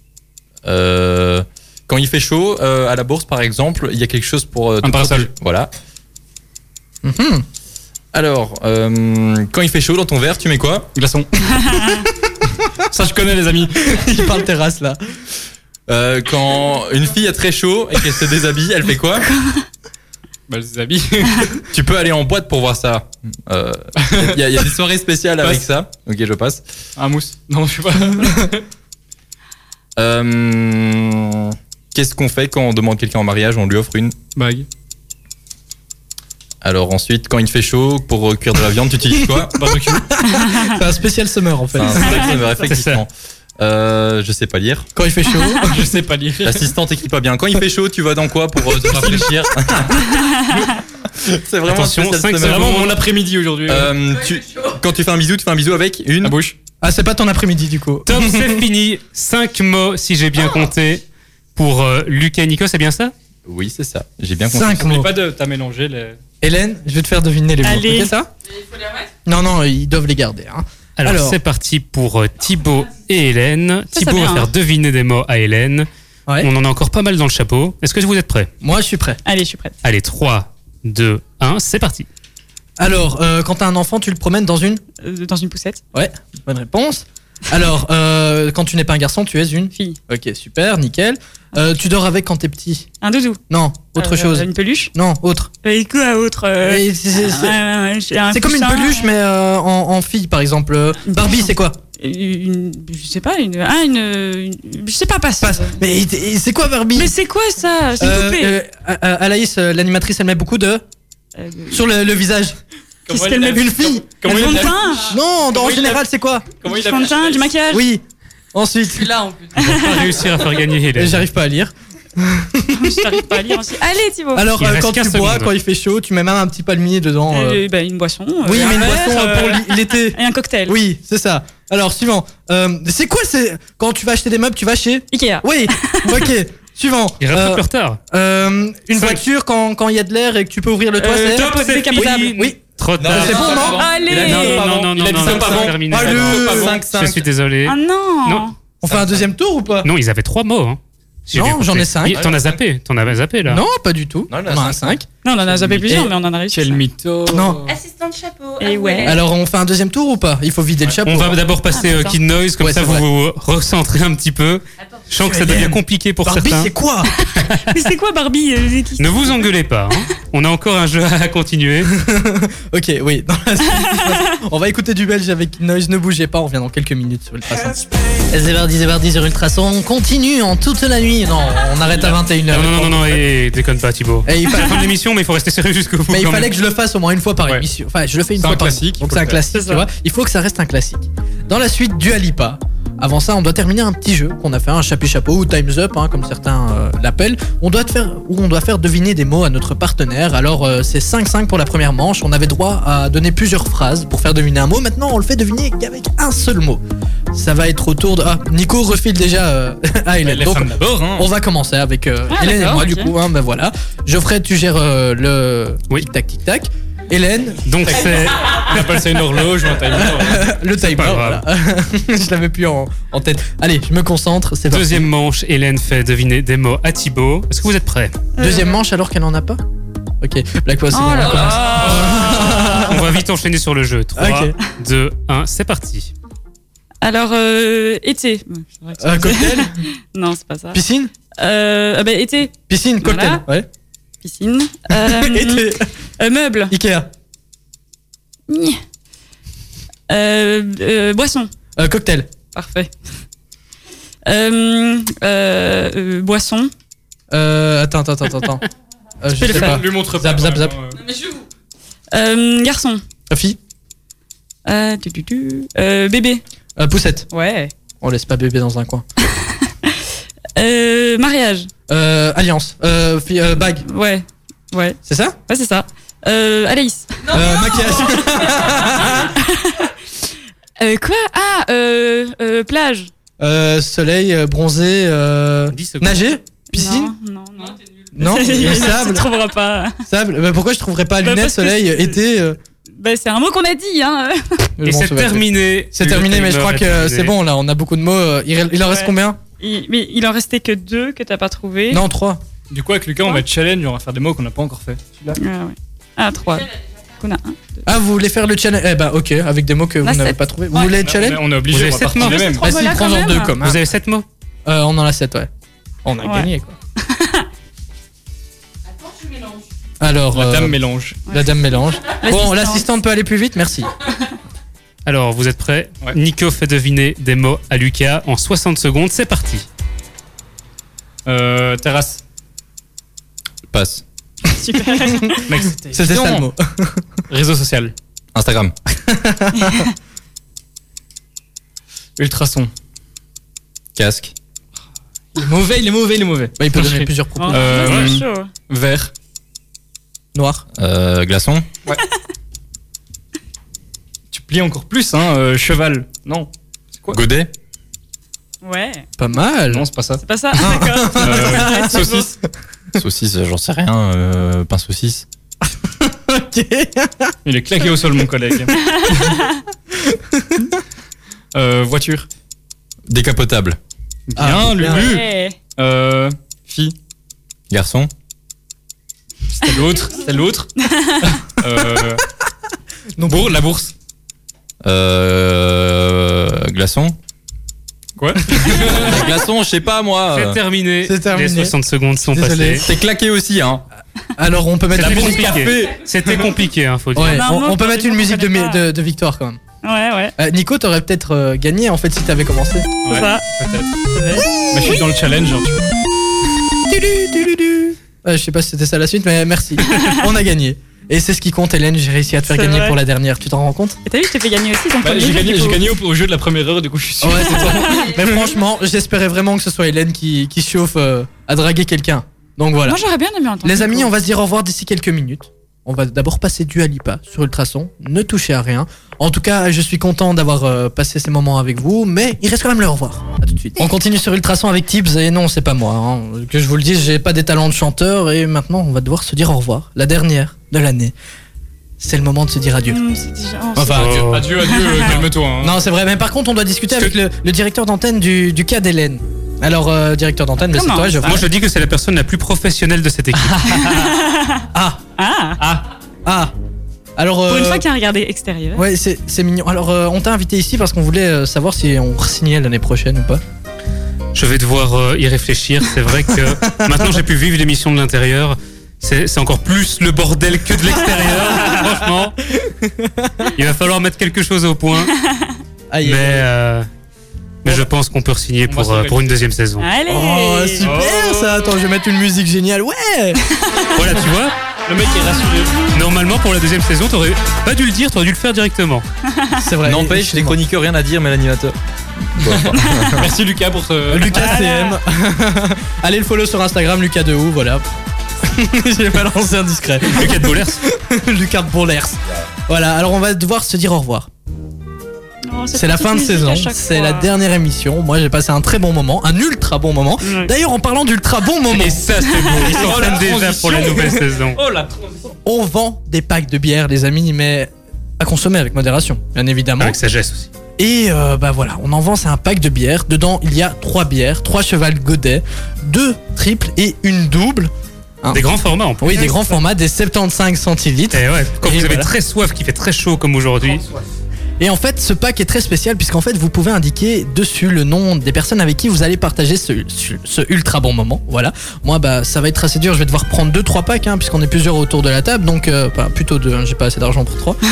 Quand il fait chaud à la bourse par exemple, il y a quelque chose pour te parasol. protéger. Voilà. Mhm. Alors, quand il fait chaud dans ton verre, tu mets quoi? Glaçon. Ça, je connais, les amis. Il parle terrasse là. Quand une fille a très chaud et qu'elle se déshabille, elle fait quoi? Bah, les habits. Tu peux aller en boîte pour voir ça. Il y a des soirées spéciales avec ça. Ok, je passe. Un mousse. Non, je sais pas. Qu'est-ce qu'on fait quand on demande quelqu'un en mariage? On lui offre une Bague. Alors ensuite, quand il fait chaud, pour cuire de la viande, tu utilises quoi? Barbecue. C'est un spécial summer en fait. C'est un spécial summer, effectivement. Je sais pas lire. Quand il fait chaud. Je sais pas lire. L'assistante écrit pas bien. Quand il fait chaud, tu vas dans quoi pour te rafraîchir? C'est vraiment Attention, un spécial 5 summer. C'est vraiment mon après-midi aujourd'hui. Quand tu fais un bisou, tu fais un bisou avec une La bouche. Ah, c'est pas ton après-midi du coup. Top, c'est fini. 5 mots, si j'ai bien compté, pour Lucas et Nico, c'est bien ça? Oui, c'est ça. J'ai bien compris. 5 N'oublie mots. pas de t'as mélangé les. Hélène, je vais te faire deviner les mots. Allez. Ok, ça? Non, ils doivent les garder. Hein. Alors, c'est parti pour Thibaut et Hélène. Ça Thibaut vient, va faire hein. deviner des mots à Hélène. Ouais. On en a encore pas mal dans le chapeau. Est-ce que vous êtes prêts? Moi, je suis prêt. Allez, je suis prête. Allez, 3, 2, 1, c'est parti. Alors, quand t'as un enfant, tu le promènes dans une. Dans une poussette. Ouais, bonne réponse. Alors, quand tu n'es pas un garçon, tu es une fille. Ok, super, nickel. Tu dors avec quand t'es petit? Un doudou. Non, autre chose. Une peluche. Non, autre. Et quoi, autre C'est comme une peluche, mais en fille, par exemple. Barbie, c'est quoi? Je sais pas, je sais pas, passe. Mais c'est quoi Barbie? Mais c'est quoi ça? C'est une poupée. Alaïs, l'animatrice, elle met beaucoup de sur le visage. Qu'est-ce qu'elle met? Une fille. Comment fond de teint. Non, en général, c'est quoi? Du fond de teint, du maquillage. Oui. Ensuite. Celui-là en plus. On va pas réussir à faire gagner Hélène. J'arrive pas à lire. Je t'arrive pas à lire aussi. Allez, Thibaut. Alors, Il reste quand tu 15 bois, secondes. quand il fait chaud, tu mets même un petit palmier dedans. Une boisson. Oui, mais une un boisson verre, pour l'été. Et un cocktail. Oui, c'est ça. Alors, suivant. C'est quoi quand tu vas acheter des meubles, tu vas chez Ikea. Oui, ok. Suivant. Il rattrape le retard. Une 5. voiture, quand il y a de l'air et que tu peux ouvrir le toit, c'est. Top, c'est fini. Oui. Trop tard. C'est bon, non? Allez. Non, Il a dit ça pas non, avant. c'est terminé. Ah, le 5, Je suis désolé. Ah non. Non. On fait un deuxième tour ou pas? Non, ils avaient 3 mots. Hein. Si Non, j'ai bien j'en ai compris. 5. Oui, T'en as zappé. T'en avais zappé là. Non, pas du tout. Non, on en a 5. Non, on en a zappé plusieurs, Et- mais on en a réussi. Quel mytho. Non. Assistant de chapeau. Et ouais. Alors on fait un deuxième tour ou pas? Il faut vider le chapeau. On va d'abord passer Ah, d'accord. Kid Noise, comme Ouais, ça c'est vous vrai. vous recentrez un petit peu. Je sens que ça devient compliqué pour Barbie, certains. c'est quoi? Mais c'est quoi Barbie Ne vous engueulez pas. Hein. On a encore un jeu à continuer. Ok, oui. Dans la suite, on va écouter du belge avec Noise. Ne bougez pas, on revient dans quelques minutes sur Ultrason. Zébardi sur Ultrason. On continue en toute la nuit. Non, on arrête à 21h. Non, et déconne pas Thibaut. Et il C'est fa- la fin de l'émission, mais il faut rester sérieux jusqu'au bout. Mais il quand fallait même. que je le fasse au moins une fois par Ouais. émission. Enfin, je le fais une C'est fois un par classique, Donc faut c'est un le faire. classique, tu vois. Il faut que ça reste un classique. Dans la suite, Dua Lipa. Avant ça, on doit terminer un petit jeu qu'on a fait, un chapeau ou Time's Up, hein, comme certains l'appellent. On doit faire deviner des mots à notre partenaire. Alors, c'est 5-5 pour la première manche. On avait droit à donner plusieurs phrases pour faire deviner un mot. Maintenant, on le fait deviner qu'avec un seul mot. Ça va être au tour de... Ah, Nico refile déjà à Hélène. Les Donc, femmes d'abord. Hein. on va commencer avec Hélène et d'accord, moi, ok. du coup. Hein, ben voilà. Geoffrey, tu gères le Oui. tic-tac. Hélène, Donc c'est. On appelle ça une horloge ou un timer. le timer. pas grave. Voilà. Je l'avais plus en tête. Allez, je me concentre. C'est parti. Deuxième manche, Hélène fait deviner des mots à Thibaut. Est-ce que vous êtes prêts? Deuxième manche alors qu'elle en a pas. Ok, Black Boss, c'est bon, on commence. On va vite enchaîner sur le jeu. 3, Ok. 2, 1, c'est parti. Alors, été. C'est vrai que Cocktail, Non, c'est pas ça. piscine, Été. piscine, cocktail. Voilà. Piscine. Ouais. Été, Meuble. Ikea, Boisson. cocktail, Parfait. Boisson. attends. Je peux le sais faire. pas. Lui montre Zap, pas. zap, zap. Garçon. Fille, Bébé. poussette. Ouais. On laisse pas bébé dans un coin. Mariage. Alliance, bague. Ouais. Ouais. C'est ça? Ouais, c'est ça. Anaïs. Maquillage. Quoi? Ah, plage. Soleil, bronzé, 10 secondes. nager, piscine. Non. Non, Tu sable. trouveras pas. Sable. Bah, pourquoi je trouverais pas Bah, lunettes, parce que soleil, été Bah, c'est un mot qu'on a dit, hein. Et c'est terminé. C'est terminé, mais je crois que c'est bon là. On a beaucoup de mots. Il en reste Ouais. combien? Mais il en restait que 2 que t'as pas trouvé. Non, 3. Du coup, avec Lucas, on va challenge, on va faire des mots qu'on n'a pas encore fait. Ah, ouais. Ah, 3. Qu'on a un. Ah, vous voulez faire le challenge? Eh bah, ok, avec des mots que vous Là, n'avez sept. pas trouvé. Vous Ouais. voulez le challenge? On est Vous obligé, avez on va sept partir mots. des mêmes. Trois mots là, Vas-y, quand prends-en même. 2 comme. Vous avez 7 mots? On en a 7, ouais. On a Ouais. gagné quoi. Alors, La dame mélange. la dame mélange. Bon, L'assistante. l'assistante peut aller plus vite, merci. Alors, vous êtes prêts? Ouais. Nico fait deviner des mots à Lucas en 60 secondes. C'est parti. Terrasse. Passe. Super. Mec, C'était ça le mot. Réseau social. Instagram. Ultrason. Casque. Il est mauvais. Bah, il peut donner plusieurs propos. Euh, C'est chaud. Vert. Noir. Glaçon. Tu plies encore plus, hein. Cheval. Non. C'est quoi? Godet. Ouais. Pas mal. Non, c'est pas ça. C'est pas ça. D'accord. Saucisse. Saucisse, j'en sais rien. Pain saucisse. Ok. Il est claqué au sol, mon collègue. Voiture. Décapotable. Bien, bien. Lulu. Ouais. Fille. Garçon. C'était l'autre. La bourse. Glaçon. Quoi? Glaçon, je sais pas moi. C'est terminé. c'est terminé. Les 60 secondes sont Désolé. passées. C'est claqué aussi, hein. Alors, on peut mettre C'était une musique. compliqué. C'était compliqué, hein, faut dire. Ouais, Non, on moi, peut mettre une je musique connais pas. de victoire quand même. Ouais. Nico, t'aurais peut-être gagné en fait si t'avais commencé. C'est ça. Mais je suis dans le challenge, hein, tu vois. Je sais pas si c'était ça la suite, mais merci. On a gagné. Et c'est ce qui compte, Hélène. J'ai réussi à te faire C'est gagner vrai. pour la dernière. Tu t'en rends compte? Et t'as vu, je t'ai fait gagner aussi ton Bah, premier j'ai jeu, gagné, du coup. au jeu de la première heure, du coup je suis sûr. Ouais, c'est ça. Mais franchement, j'espérais vraiment que ce soit Hélène qui se chauffe à draguer quelqu'un. Donc voilà. Moi, j'aurais bien aimé entendre. Les amis, Nico. on va se dire au revoir d'ici quelques minutes. On va d'abord passer Dua Lipa sur Ultrason. Ne touchez à rien. En tout cas, je suis content d'avoir passé ces moments avec vous, mais il reste quand même le au revoir. À tout de suite. On continue sur Ultrason avec Tibbs, et non, c'est pas moi. Hein. Que je vous le dise, j'ai pas des talents de chanteur, et maintenant, on va devoir se dire au revoir. La dernière de l'année. c'est le moment de se dire adieu. C'est déjà... Enfin, adieu, calme-toi. Hein. Non, c'est vrai, mais par contre, on doit discuter avec le directeur d'antenne du cas d'Hélène. Alors, directeur d'antenne, mais c'est toi, je Moi, je dis que c'est la personne la plus professionnelle de cette équipe. Alors, pour une fois qu'il y a un regard extérieur. Ouais, c'est mignon. Alors, on t'a invité ici parce qu'on voulait savoir si on re-signait l'année prochaine ou pas. Je vais devoir y réfléchir. C'est vrai que maintenant j'ai pu vivre l'émission de l'intérieur. C'est encore plus le bordel que de l'extérieur. Franchement, il va falloir mettre quelque chose au point. Mais je pense qu'on peut re-signer pour une deuxième saison. Allez. Oh, super ça. Attends, je vais mettre une musique géniale. Ouais. Voilà, tu vois. Le mec est rassuré. Normalement, pour la deuxième saison, t'aurais pas dû le dire, t'aurais dû le faire directement. C'est vrai. N'empêche, les chroniqueurs, rien à dire, mais l'animateur. Merci Lucas pour ce... Lucas CM. Allez le follow sur Instagram, Lucas Dehou, voilà. J'ai balancé indiscret. Lucas de Bollers. Lucas de Bollers. Voilà, alors on va devoir se dire au revoir. C'est la fin de saison, c'est la dernière émission. Moi j'ai passé un très bon moment, un ultra bon moment. D'ailleurs en parlant d'ultra bon moment. Et ça c'est beau, ils s'entraînent déjà pour la nouvelle saison. Oh la transition. On vend des packs de bière les amis, mais à consommer avec modération, bien évidemment. Avec sagesse aussi. Et voilà, on en vend, c'est un pack de bières. Dedans il y a 3 bières, 3 Cheval Godet, 2 triples et une double. Des grands formats en plus. Oui, des grands formats, des 75 centilitres. Et ouais, quand Et vous avez voilà. très soif, qu'il fait très chaud comme aujourd'hui. Et en fait, ce pack est très spécial puisqu'en fait, vous pouvez indiquer dessus le nom des personnes avec qui vous allez partager ce ultra bon moment. Voilà. Moi, ça va être assez dur. Je vais devoir prendre 2-3 packs puisqu'on est plusieurs autour de la table. Donc, plutôt 2. J'ai pas assez d'argent pour 3.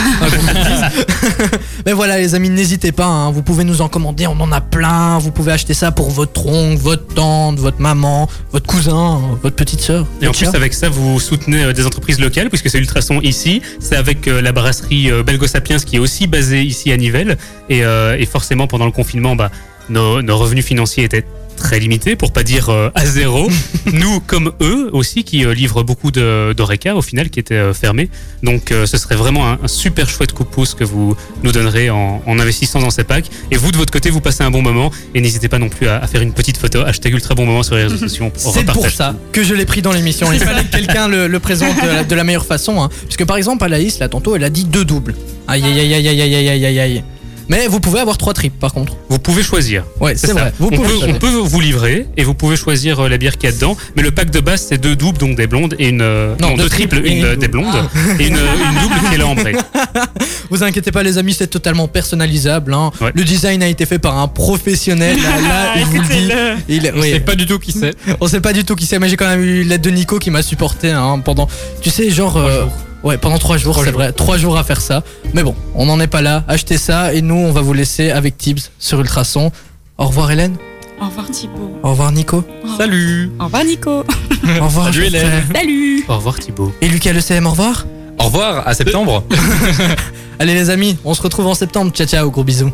Mais voilà, les amis, n'hésitez pas. Vous pouvez nous en commander. On en a plein. Vous pouvez acheter ça pour votre oncle, votre tante, votre maman, votre cousin, votre petite sœur. Et en plus, avec ça, vous soutenez des entreprises locales puisque c'est Ultrason ici. C'est avec la brasserie Belgo Sapiens qui est aussi basée ici à Nivelles. Et forcément, pendant le confinement, nos revenus financiers étaient très limités, pour pas dire à zéro. Nous, comme eux aussi, qui livrent beaucoup d'Oreca au final, qui étaient fermés. Donc, ce serait vraiment un super chouette coup de pouce que vous nous donnerez en investissant dans ces packs. Et vous, de votre côté, vous passez un bon moment. Et n'hésitez pas non plus à faire une petite photo, #ultra bon moment sur les réseaux sociaux. C'est pour ça que je l'ai pris dans l'émission. Il fallait que quelqu'un le présente de la meilleure façon. Puisque par exemple, Alaïs, là, tantôt, elle a dit 2 doubles. Aïe, aïe, aïe, aïe, aïe, aïe, aïe, aïe, aïe. Mais vous pouvez avoir 3 tripes par contre. Vous pouvez choisir. Ouais, c'est vrai. On peut vous livrer et vous pouvez choisir la bière qu'il y a dedans. Mais le pack de base, c'est 2 doubles, donc des blondes, et une. Non, 2 triples, des blondes, et une double qui est là en vrai. Vous inquiétez pas, les amis, c'est totalement personnalisable. Ouais. Le design a été fait par un professionnel. Là, il vous le dit. On sait pas du tout qui c'est. On sait pas du tout qui c'est, mais j'ai quand même eu l'aide de Nico qui m'a supporté pendant. Tu sais, genre. Ouais, pendant 3 jours, c'est vrai. 3 jours à faire ça. Mais bon, on n'en est pas là. Achetez ça et nous, on va vous laisser avec Tibbs sur Ultrason. Au revoir, Hélène. Au revoir, Thibaut. Au revoir, Nico. Salut. Au revoir, Nico. Au revoir, Salut, Hélène. Salut. Au revoir, Thibaut. Et Lucas, le CM, au revoir. Au revoir, à septembre. Allez, les amis, on se retrouve en septembre. Ciao, ciao, gros bisous.